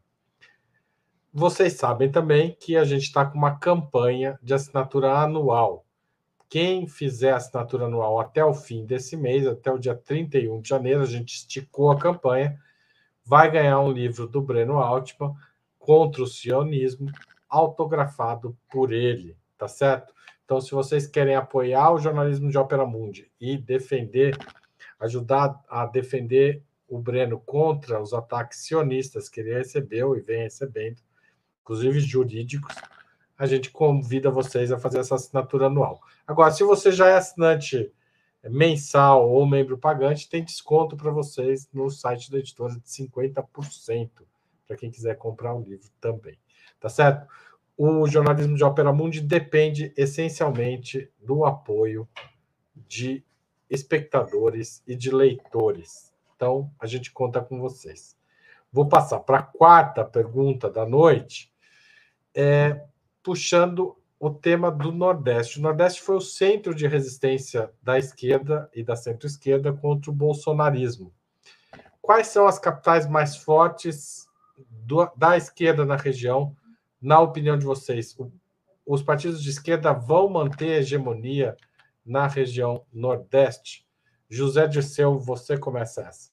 Vocês sabem também que a gente está com uma campanha de assinatura anual. Quem fizer a assinatura anual até o fim desse mês, até o dia trinta e um de janeiro, a gente esticou a campanha, vai ganhar um livro do Breno Altman, Contra o Sionismo, autografado por ele, tá certo? Então, se vocês querem apoiar o jornalismo de Opera Mundi e defender, ajudar a defender o Breno contra os ataques sionistas que ele recebeu e vem recebendo, inclusive jurídicos, a gente convida vocês a fazer essa assinatura anual. Agora, se você já é assinante mensal ou membro pagante, tem desconto para vocês no site da editora de cinquenta por cento, para quem quiser comprar o livro também. Tá certo? O jornalismo de Opera Mundi depende essencialmente do apoio de espectadores e de leitores. Então, a gente conta com vocês. Vou passar para a quarta pergunta da noite, é, puxando o tema do Nordeste. O Nordeste foi o centro de resistência da esquerda e da centro-esquerda contra o bolsonarismo. Quais são as capitais mais fortes do, da esquerda na região? Na opinião de vocês, o, os partidos de esquerda vão manter a hegemonia na região Nordeste? José Dirceu, você começa essa.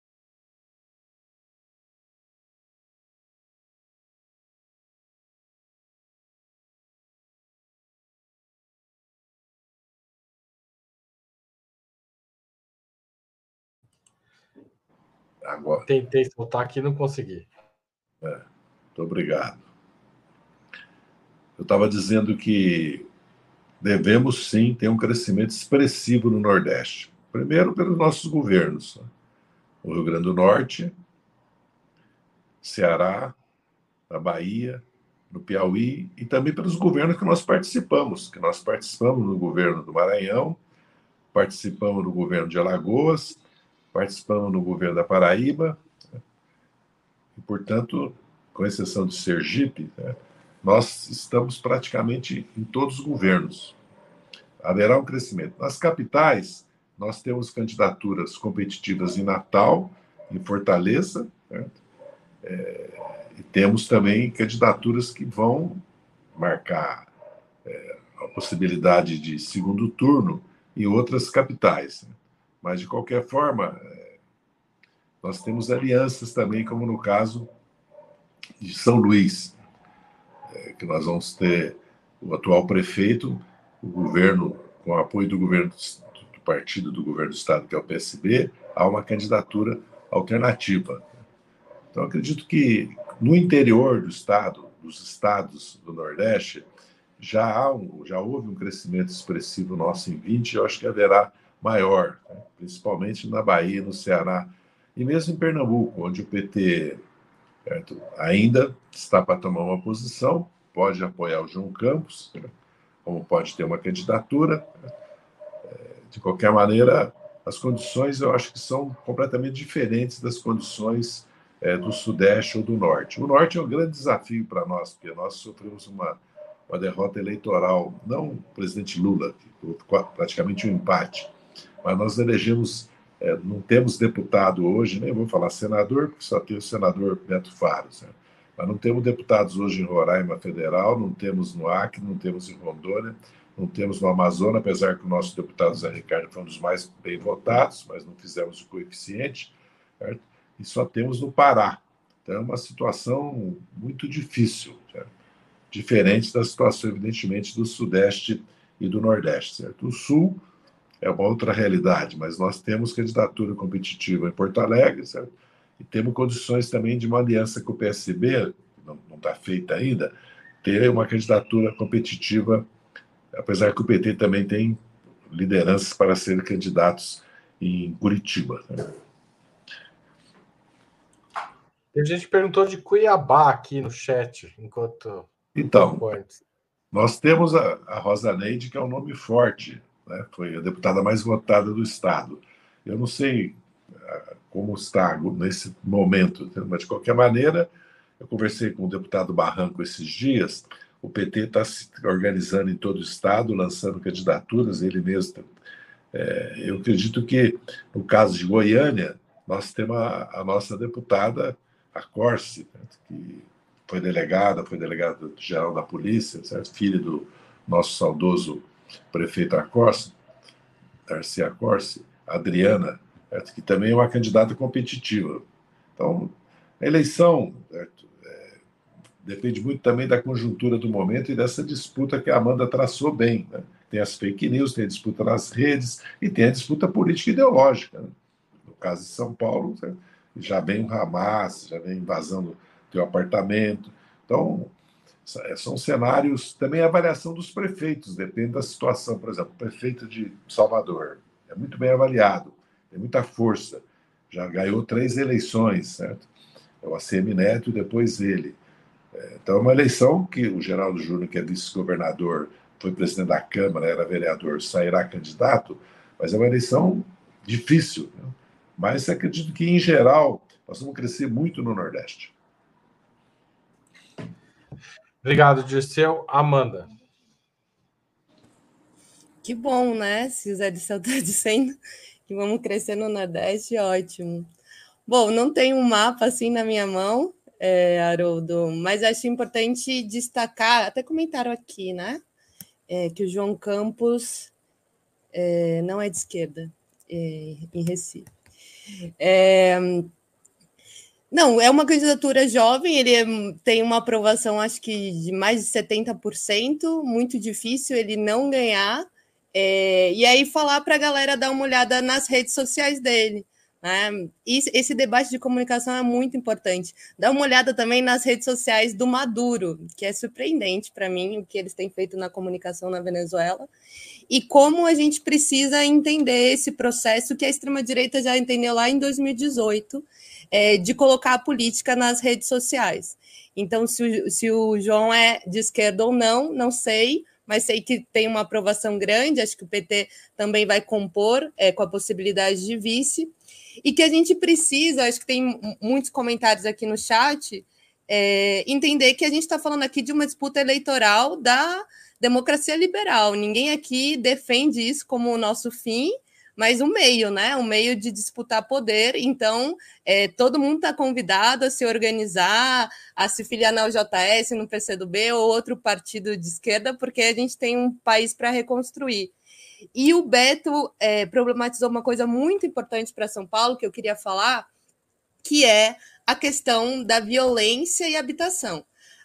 Agora. Tentei soltar aqui e não consegui. É, muito obrigado. Eu estava dizendo que devemos, sim, ter um crescimento expressivo no Nordeste. Primeiro, pelos nossos governos. O Rio Grande do Norte, Ceará, a Bahia, no Piauí, e também pelos governos que nós participamos. Que nós participamos no governo do Maranhão, participamos no governo de Alagoas, participamos no governo da Paraíba, e, portanto, com exceção de Sergipe, né, nós estamos praticamente em todos os governos. Haverá um crescimento. Nas capitais, nós temos candidaturas competitivas em Natal, em Fortaleza, certo? É, e temos também candidaturas que vão marcar é, a possibilidade de segundo turno em outras capitais. Mas, de qualquer forma, é, nós temos alianças também, como no caso de São Luís, é, que nós vamos ter o atual prefeito, o governo, com o apoio do governo do partido do governo do estado, que é o P S B, há uma candidatura alternativa. Então, acredito que no interior do estado, dos estados do Nordeste, já, há um, já houve um crescimento expressivo nosso em vinte, eu acho que haverá maior, né? Principalmente na Bahia, no Ceará, e mesmo em Pernambuco, onde o P T, certo, ainda está para tomar uma posição, pode apoiar o João Campos, né? Como pode ter uma candidatura. De qualquer maneira, as condições eu acho que são completamente diferentes das condições é, do Sudeste ou do Norte. O Norte é um grande desafio para nós, porque nós sofremos uma, uma derrota eleitoral, não o presidente Lula, que foi praticamente um empate, mas nós elegemos, é, não temos deputado hoje, nem vou falar senador, porque só tem o senador Beto Faro, certo? Mas não temos deputados hoje em Roraima Federal, não temos no Acre, não temos em Rondônia, não temos no Amazonas, apesar que o nosso deputado Zé Ricardo foi um dos mais bem votados, mas não fizemos o coeficiente, certo? E só temos no Pará. Então é uma situação muito difícil, certo? Diferente da situação, evidentemente, do Sudeste e do Nordeste, certo? O Sul é uma outra realidade, mas nós temos candidatura competitiva em Porto Alegre, certo? E temos condições também de uma aliança com o P S B, não está feita ainda, ter uma candidatura competitiva, apesar que o P T também tem lideranças para serem candidatos em Curitiba. Né? A gente perguntou de Cuiabá aqui no chat, enquanto... Então, nós temos a, a Rosa Neide, que é um nome forte, né? Foi a deputada mais votada do estado. Eu não sei como está nesse momento, mas de qualquer maneira, eu conversei com o deputado Barranco esses dias, o P T está se organizando em todo o estado, lançando candidaturas, ele mesmo. É, eu acredito que, no caso de Goiânia, nós temos a, a nossa deputada, a Corse, né, que foi delegada, foi delegada geral da polícia, certo? Filha do nosso saudoso prefeito Acorce, Darcy Acorce, Adriana, certo? Que também é uma candidata competitiva. Então, a eleição, certo? É, depende muito também da conjuntura do momento e dessa disputa que a Amanda traçou bem. Né? Tem as fake news, tem a disputa nas redes e tem a disputa política e ideológica. Né? No caso de São Paulo, certo? Já vem o Hamas, já vem invasando teu apartamento. Então, são cenários, também a avaliação dos prefeitos, depende da situação. Por exemplo, o prefeito de Salvador é muito bem avaliado, tem muita força, já ganhou três eleições, certo? É o A C M Neto e depois ele. Então, é uma eleição que o Geraldo Júnior, que é vice-governador, foi presidente da Câmara, era vereador, sairá candidato, mas é uma eleição difícil. Né? Mas acredito que, em geral, nós vamos crescer muito no Nordeste. Obrigado, Dirceu. Amanda. Que bom, né? Se o Zé Dirceu está dizendo que vamos crescer no Nordeste, ótimo. Bom, não tem um mapa assim na minha mão, é, Haroldo, mas acho importante destacar, até comentaram aqui, né? É, que o João Campos é, não é de esquerda, é, em Recife. É, não, é uma candidatura jovem, ele é, tem uma aprovação, acho que de mais de setenta por cento, muito difícil ele não ganhar, é, e aí falar para a galera dar uma olhada nas redes sociais dele. Né? E esse debate de comunicação é muito importante. Dá uma olhada também nas redes sociais do Maduro, que é surpreendente para mim o que eles têm feito na comunicação na Venezuela, e como a gente precisa entender esse processo que a extrema-direita já entendeu lá em dois mil e dezoito, é, de colocar a política nas redes sociais. Então, se o, se o João é de esquerda ou não, não sei, mas sei que tem uma aprovação grande, acho que o P T também vai compor é, com a possibilidade de vice, e que a gente precisa, acho que tem muitos comentários aqui no chat, é, entender que a gente está falando aqui de uma disputa eleitoral da democracia liberal. Ninguém aqui defende isso como o nosso fim, mas um meio, né? Um meio de disputar poder. Então, é, todo mundo está convidado a se organizar, a se filiar na U J S, no P C do B ou outro partido de esquerda, porque a gente tem um país para reconstruir. E o Beto é, problematizou uma coisa muito importante para São Paulo, que eu queria falar, que é a questão da violência e habitação.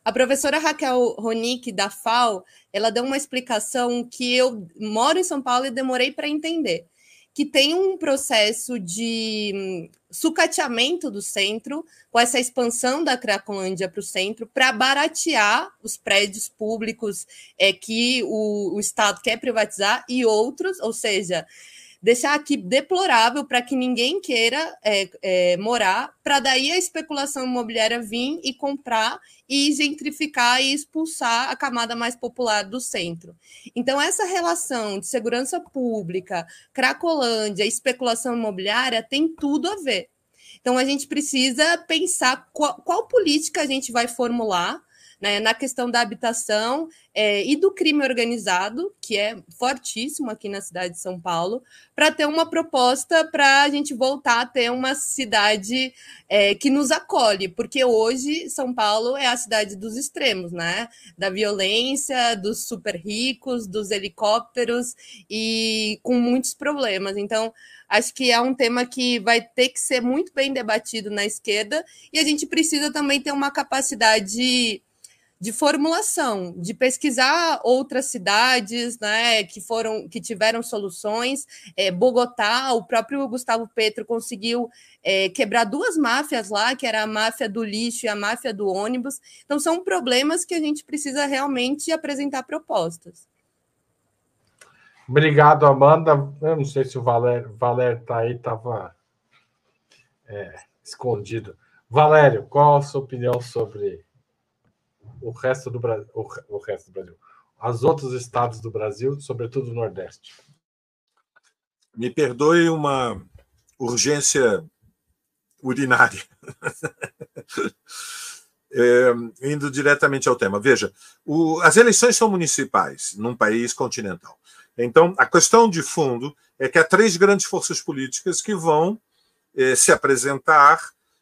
A professora Raquel Ronick, da F A O, ela deu uma explicação que eu moro em São Paulo e demorei para entender, que tem um processo de sucateamento do centro, com essa expansão da Cracolândia para o centro, para baratear os prédios públicos é, que o, o Estado quer privatizar e outros, ou seja, deixar aqui deplorável para que ninguém queira é, é, morar, para daí a especulação imobiliária vir e comprar e gentrificar e expulsar a camada mais popular do centro. Então, essa relação de segurança pública, Cracolândia, especulação imobiliária, tem tudo a ver. Então, a gente precisa pensar qual, qual política a gente vai formular, né, na questão da habitação é, e do crime organizado, que é fortíssimo aqui na cidade de São Paulo, para ter uma proposta para a gente voltar a ter uma cidade é, que nos acolhe, porque hoje São Paulo é a cidade dos extremos, né? Da violência, dos super ricos, dos helicópteros e com muitos problemas. Então, acho que é um tema que vai ter que ser muito bem debatido na esquerda e a gente precisa também ter uma capacidade de formulação, de pesquisar outras cidades, né, que foram, que tiveram soluções. É, Bogotá, o próprio Gustavo Petro conseguiu é, quebrar duas máfias lá, que era a máfia do lixo e a máfia do ônibus. Então, são problemas que a gente precisa realmente apresentar propostas. Obrigado, Amanda. Eu não sei se o Valério Valério está aí, estava é, escondido. Valério, qual a sua opinião sobre o resto do Brasil, o resto do Brasil, os outros estados do Brasil, sobretudo o Nordeste? Me perdoe uma urgência urinária. É, indo diretamente ao tema. Veja, o, as eleições são municipais num país continental. Então, a questão de fundo é que há três grandes forças políticas que vão eh, se apresentar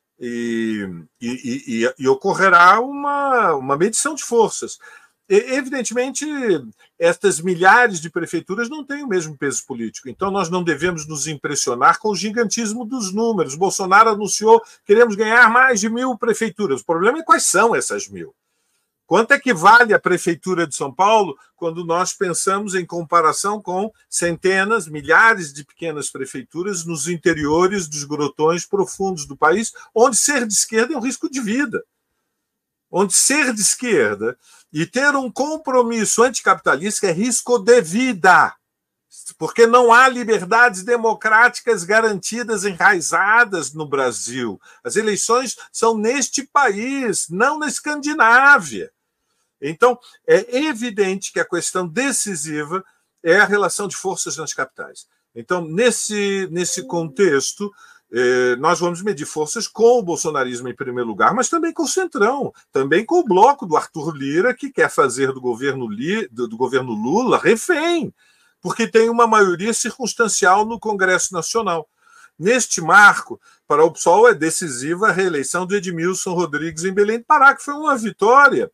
e, e, e, e ocorrerá uma, uma medição de forças. E, evidentemente, estas milhares de prefeituras não têm o mesmo peso político, então nós não devemos nos impressionar com o gigantismo dos números. Bolsonaro anunciou que queremos ganhar mais de mil prefeituras. O problema é quais são essas mil. Quanto é que vale a Prefeitura de São Paulo quando nós pensamos em comparação com centenas, milhares de pequenas prefeituras nos interiores dos grotões profundos do país, onde ser de esquerda é um risco de vida? Onde ser de esquerda e ter um compromisso anticapitalista é risco de vida, porque não há liberdades democráticas garantidas, enraizadas no Brasil. As eleições são neste país, não na Escandinávia. Então, é evidente que a questão decisiva é a relação de forças nas capitais. Então, nesse, nesse contexto, eh, nós vamos medir forças com o bolsonarismo em primeiro lugar, mas também com o Centrão, também com o bloco do Arthur Lira, que quer fazer do governo, Li, do, do governo Lula refém, porque tem uma maioria circunstancial no Congresso Nacional. Neste marco, para o P SOL é decisiva a reeleição do Edmilson Rodrigues em Belém do Pará, que foi uma vitória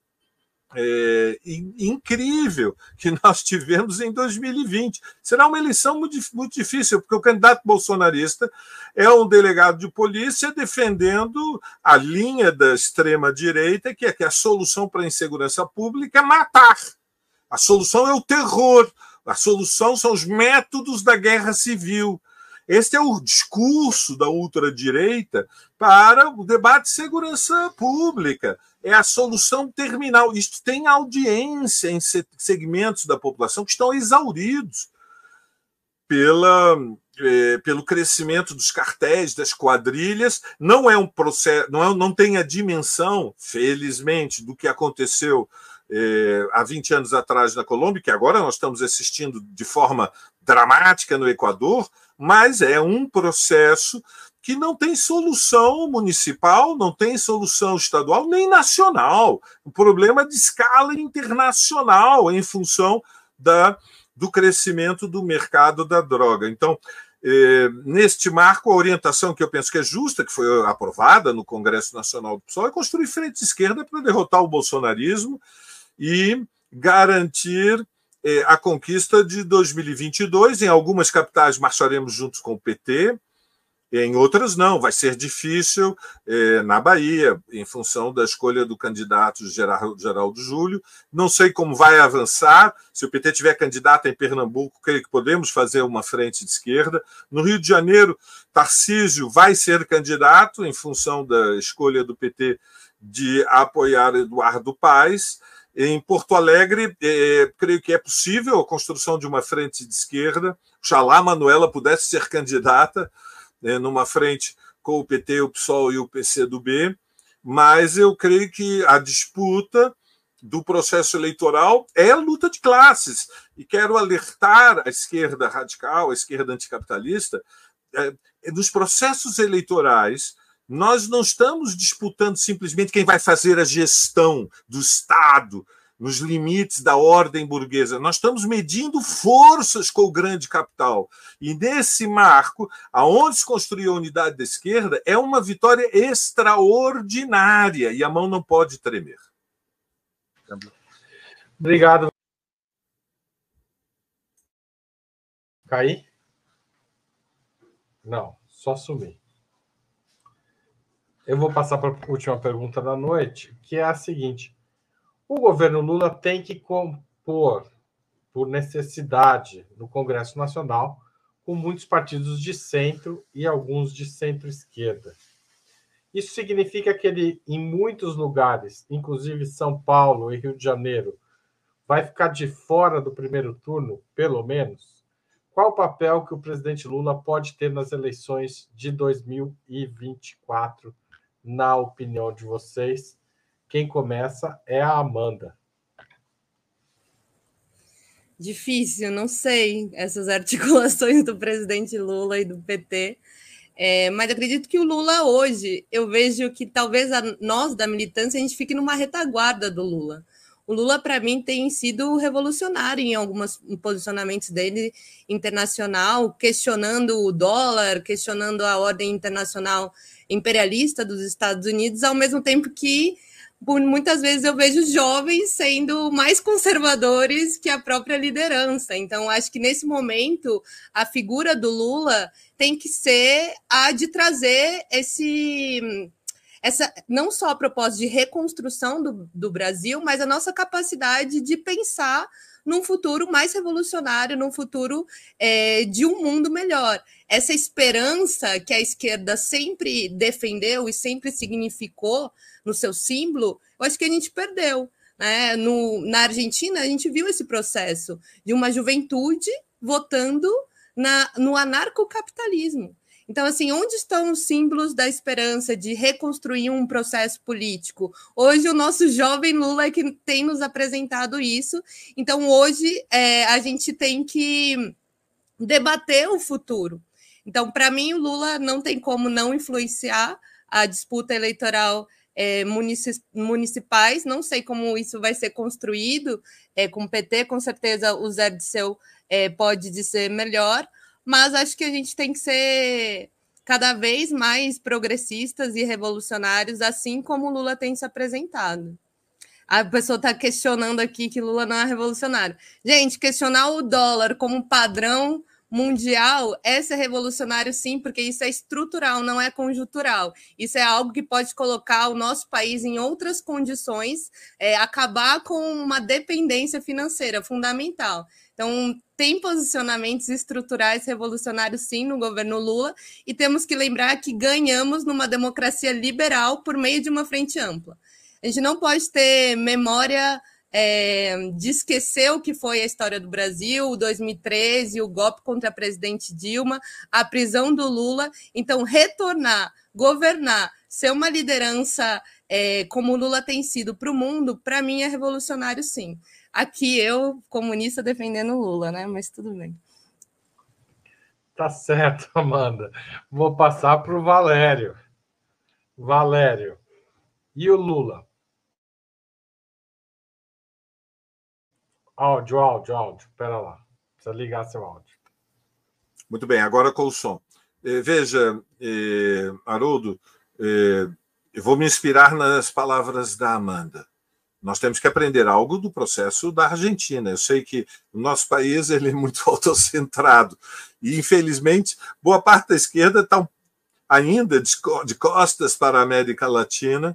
É, incrível que nós tivemos em dois mil e vinte. Será uma eleição muito, muito difícil, porque o candidato bolsonarista é um delegado de polícia defendendo a linha da extrema-direita, que é que a solução para a insegurança pública é matar. A solução é o terror. A solução são os métodos da guerra civil. Este é o discurso da ultradireita para o debate de segurança pública. É a solução terminal. Isto tem audiência em segmentos da população que estão exauridos pela, eh, pelo crescimento dos cartéis, das quadrilhas. Não é um processo, não, é, não tem a dimensão, felizmente, do que aconteceu eh, há vinte anos atrás na Colômbia, que agora nós estamos assistindo de forma dramática no Equador, mas é um processo que não tem solução municipal, não tem solução estadual, nem nacional. O problema é de escala internacional em função da, do crescimento do mercado da droga. Então, eh, neste marco, a orientação que eu penso que é justa, que foi aprovada no Congresso Nacional do P SOL, é construir frente de esquerda para derrotar o bolsonarismo e garantir eh, a conquista de dois mil e vinte e dois. Em algumas capitais marcharemos juntos com o P T, Em outras, não, vai ser difícil eh, na Bahia, em função da escolha do candidato Geraldo Júlio. Não sei como vai avançar. Se o P T tiver candidato em Pernambuco, creio que podemos fazer uma frente de esquerda. No Rio de Janeiro, Tarcísio vai ser candidato, em função da escolha do P T de apoiar Eduardo Paes. Em Porto Alegre, eh, creio que é possível a construção de uma frente de esquerda. Oxalá Manuela pudesse ser candidata, numa frente com o P T, o P SOL e o P C do B, mas eu creio que a disputa do processo eleitoral é a luta de classes. E quero alertar a esquerda radical, a esquerda anticapitalista, nos processos eleitorais, nós não estamos disputando simplesmente quem vai fazer a gestão do Estado, nos limites da ordem burguesa. Nós estamos medindo forças com o grande capital. E nesse marco, aonde se construiu a unidade da esquerda, é uma vitória extraordinária e a mão não pode tremer. Obrigado. Caí? Não, só sumir. Eu vou passar para a última pergunta da noite, que é a seguinte. O governo Lula tem que compor, por necessidade, no Congresso Nacional, com muitos partidos de centro e alguns de centro-esquerda. Isso significa que ele, em muitos lugares, inclusive São Paulo e Rio de Janeiro, vai ficar de fora do primeiro turno, pelo menos? Qual o papel que o presidente Lula pode ter nas eleições de dois mil e vinte e quatro, na opinião de vocês? Quem começa é a Amanda. Difícil, não sei, essas articulações do presidente Lula e do P T. É, mas acredito que o Lula hoje, eu vejo que talvez a, nós da militância, a gente fique numa retaguarda do Lula. O Lula, para mim, tem sido revolucionário em alguns posicionamentos dele internacional, questionando o dólar, questionando a ordem internacional imperialista dos Estados Unidos, ao mesmo tempo que por muitas vezes eu vejo jovens sendo mais conservadores que a própria liderança. Então, acho que nesse momento a figura do Lula tem que ser a de trazer esse, essa, não só a propósito de reconstrução do, do Brasil, mas a nossa capacidade de pensar num futuro mais revolucionário, num futuro é, de um mundo melhor. Essa esperança que a esquerda sempre defendeu e sempre significou no seu símbolo, eu acho que a gente perdeu. Né? No, na Argentina, a gente viu esse processo de uma juventude votando na, no anarcocapitalismo. Então, assim, onde estão os símbolos da esperança de reconstruir um processo político? Hoje, o nosso jovem Lula é que tem nos apresentado isso. Então, hoje, é, a gente tem que debater o futuro. Então, para mim, o Lula não tem como não influenciar a disputa eleitoral É, municipais, não sei como isso vai ser construído é, com o P T, com certeza o Zé Dirceu é, pode dizer melhor, mas acho que a gente tem que ser cada vez mais progressistas e revolucionários, assim como o Lula tem se apresentado. A pessoa está questionando aqui que Lula não é revolucionário. Gente, questionar o dólar como padrão mundial é ser revolucionário, sim, porque isso é estrutural, não é conjuntural. Isso é algo que pode colocar o nosso país em outras condições, é, acabar com uma dependência financeira fundamental. Então, tem posicionamentos estruturais revolucionários, sim, no governo Lula, e temos que lembrar que ganhamos numa democracia liberal por meio de uma frente ampla. A gente não pode ter memória É, de esquecer o que foi a história do Brasil, o dois mil e treze, o golpe contra a presidente Dilma, a prisão do Lula. Então, retornar, governar, ser uma liderança é, como o Lula tem sido para o mundo, para mim é revolucionário, sim. Aqui eu, comunista, defendendo o Lula, né? Mas tudo bem. Tá certo, Amanda. Vou passar para o Valério. Valério. E o Lula? Áudio, áudio, áudio. Espera lá. Precisa ligar seu áudio. Muito bem, agora com o som. Eh, veja, eh, Haroldo, eh, eu vou me inspirar nas palavras da Amanda. Nós temos que aprender algo do processo da Argentina. Eu sei que o nosso país ele é muito autocentrado. E, infelizmente, boa parte da esquerda está ainda de, de costas para a América Latina,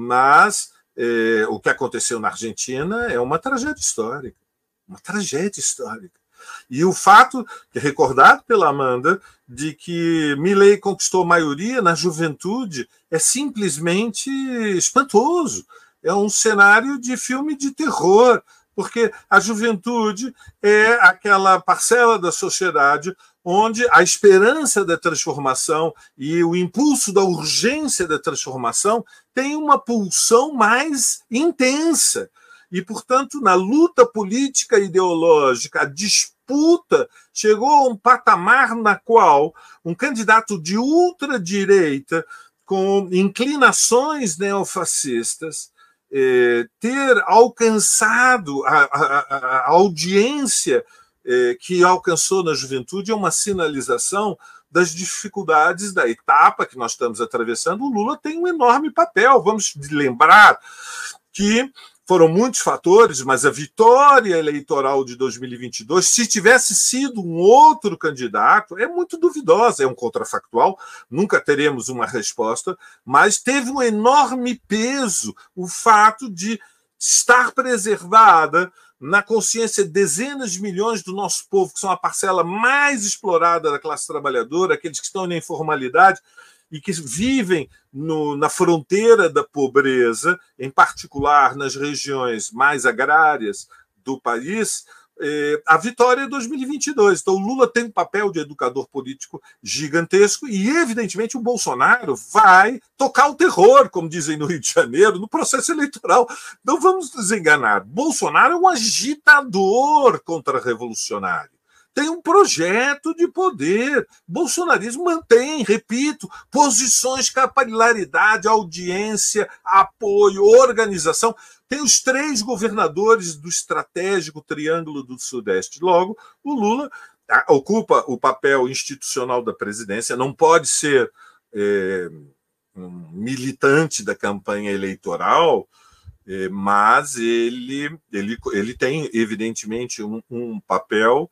mas eh, o que aconteceu na Argentina é uma tragédia histórica, uma tragédia histórica. E o fato, que é recordado pela Amanda, de que Milei conquistou maioria na juventude é simplesmente espantoso. É um cenário de filme de terror, porque a juventude é aquela parcela da sociedade onde a esperança da transformação e o impulso da urgência da transformação tem uma pulsão mais intensa. E, portanto, na luta política e ideológica, a disputa chegou a um patamar na qual um candidato de ultradireita, com inclinações neofascistas, eh, ter alcançado a, a, a audiência eh, que alcançou na juventude é uma sinalização das dificuldades da etapa que nós estamos atravessando. O Lula tem um enorme papel. Vamos lembrar que foram muitos fatores, mas a vitória eleitoral de dois mil e vinte e dois, se tivesse sido um outro candidato, é muito duvidosa, é um contrafactual, nunca teremos uma resposta, mas teve um enorme peso o fato de estar preservada na consciência de dezenas de milhões do nosso povo, que são a parcela mais explorada da classe trabalhadora, aqueles que estão na informalidade, e que vivem no, na fronteira da pobreza, em particular nas regiões mais agrárias do país, eh, a vitória é dois mil e vinte e dois. Então, o Lula tem um papel de educador político gigantesco e, evidentemente, o Bolsonaro vai tocar o terror, como dizem no Rio de Janeiro, no processo eleitoral. Não vamos nos enganar. Bolsonaro é um agitador contra-revolucionário. Tem um projeto de poder. Bolsonarismo mantém, repito, posições, capilaridade, audiência, apoio, organização. Tem os três governadores do estratégico Triângulo do Sudeste. Logo, o Lula ocupa o papel institucional da presidência, não pode ser é, um militante da campanha eleitoral, é, mas ele, ele, ele tem, evidentemente, um, um papel,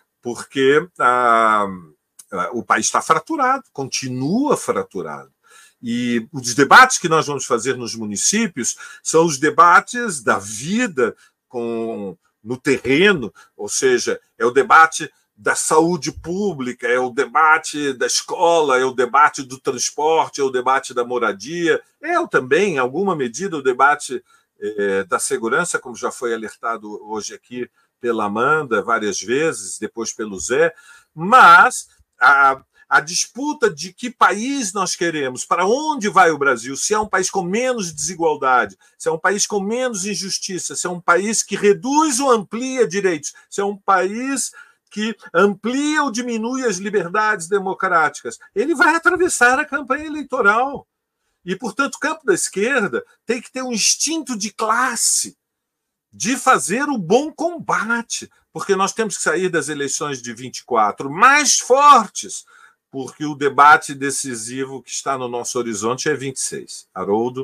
porque ah, o país está fraturado, continua fraturado. E os debates que nós vamos fazer nos municípios são os debates da vida com, no terreno, ou seja, é o debate da saúde pública, é o debate da escola, é o debate do transporte, é o debate da moradia, é também, em alguma medida, o debate eh, da segurança, como já foi alertado hoje aqui pela Amanda várias vezes, depois pelo Zé, mas a, a disputa de que país nós queremos, para onde vai o Brasil, se é um país com menos desigualdade, se é um país com menos injustiça, se é um país que reduz ou amplia direitos, se é um país que amplia ou diminui as liberdades democráticas, ele vai atravessar a campanha eleitoral. E, portanto, o campo da esquerda tem que ter um instinto de classe, de fazer o bom combate, porque nós temos que sair das eleições de vinte e quatro mais fortes, porque o debate decisivo que está no nosso horizonte é vinte e seis. Haroldo.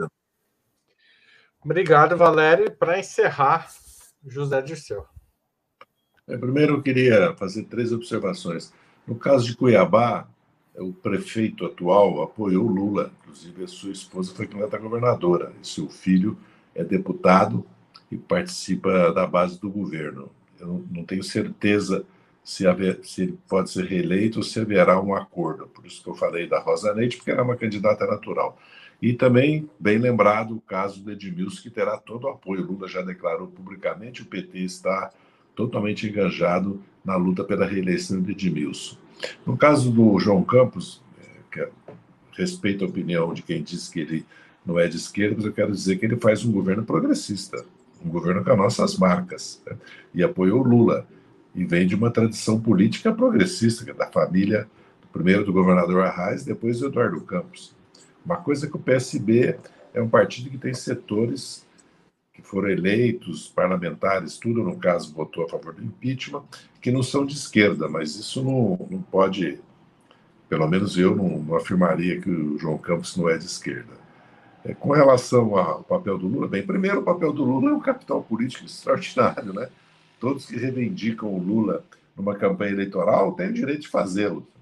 Obrigado, Valério. Para encerrar, José Dirceu. É, primeiro, eu queria fazer três observações. No caso de Cuiabá, o prefeito atual apoiou Lula, inclusive a sua esposa foi candidata a governadora, e seu filho é deputado e participa da base do governo. Eu não tenho certeza se, haver, se ele pode ser reeleito ou se haverá um acordo. Por isso que eu falei da Rosa Neide, porque era uma candidata natural. E também, bem lembrado, o caso do Edmilson, que terá todo o apoio. O Lula já declarou publicamente, o P T está totalmente engajado na luta pela reeleição do Edmilson. No caso do João Campos, que respeito a opinião de quem diz que ele não é de esquerda, mas eu quero dizer que ele faz um governo progressista, um governo com as nossas marcas, né? E apoiou Lula, e vem de uma tradição política progressista, que é da família, primeiro do governador Arraes, depois do Eduardo Campos. Uma coisa que o P S B é um partido que tem setores que foram eleitos, parlamentares, tudo, no caso, votou a favor do impeachment, que não são de esquerda, mas isso não, não pode, pelo menos eu não, não afirmaria que o João Campos não é de esquerda. É, com relação ao papel do Lula, bem, primeiro, o papel do Lula é um capital político extraordinário, né? Todos que reivindicam o Lula numa campanha eleitoral têm o direito de fazê-lo.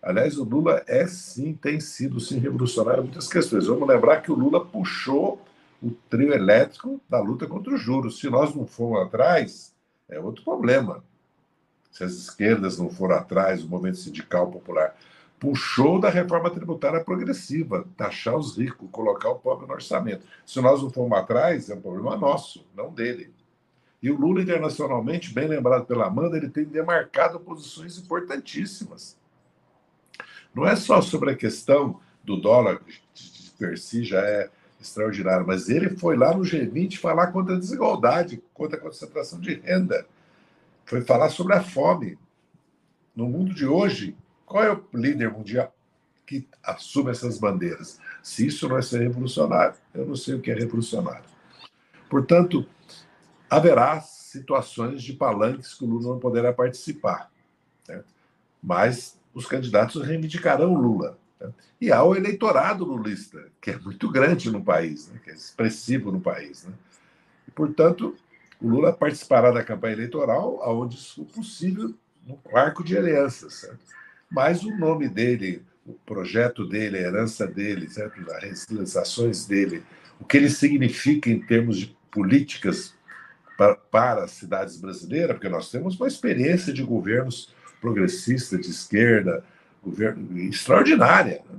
Aliás, o Lula é sim, tem sido sim revolucionário em muitas questões. Vamos lembrar que o Lula puxou o trio elétrico da luta contra os juros. Se nós não formos atrás, é outro problema. Se as esquerdas não foram atrás, o movimento sindical popular puxou da reforma tributária progressiva, taxar os ricos, colocar o pobre no orçamento. Se nós não formos atrás, é um problema nosso, não dele. E o Lula, internacionalmente, bem lembrado pela Amanda, ele tem demarcado posições importantíssimas. Não é só sobre a questão do dólar, que per si já é extraordinário, mas ele foi lá no G vinte falar contra a desigualdade, contra a concentração de renda. Foi falar sobre a fome. No mundo de hoje, qual é o líder mundial que assume essas bandeiras? Se isso não é ser revolucionário, eu não sei o que é revolucionário. Portanto, haverá situações de palanques que o Lula não poderá participar, né? Mas os candidatos reivindicarão o Lula, né? E há o eleitorado lulista, que é muito grande no país, né? Que é expressivo no país, né? E, portanto, o Lula participará da campanha eleitoral aonde isso for possível, no arco de alianças, certo? Mas o nome dele, o projeto dele, a herança dele, certo? As ações dele, o que ele significa em termos de políticas para, para as cidades brasileiras, porque nós temos uma experiência de governos progressistas, de esquerda, governo extraordinária, né?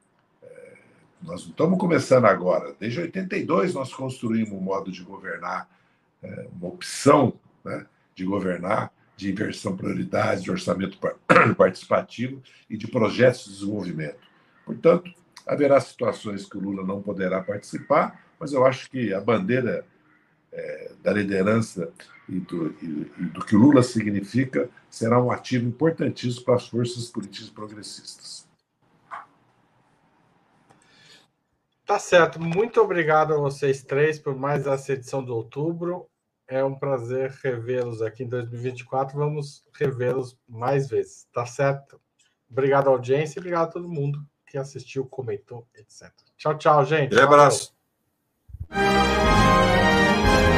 É, nós não estamos começando agora. Desde oitenta e dois nós construímos um modo de governar, é, uma opção, né, de governar, de inversão prioridade, de orçamento participativo e de projetos de desenvolvimento. Portanto, haverá situações que o Lula não poderá participar, mas eu acho que a bandeira é, da liderança e do, e, e do que o Lula significa será um ativo importantíssimo para as forças políticas progressistas. Tá certo. Muito obrigado a vocês três por mais essa edição de outubro. É um prazer revê-los aqui em dois mil e vinte e quatro. Vamos revê-los mais vezes, tá certo? Obrigado à audiência e obrigado a todo mundo que assistiu, comentou, etcétera. Tchau, tchau, gente. Um abraço. Valeu.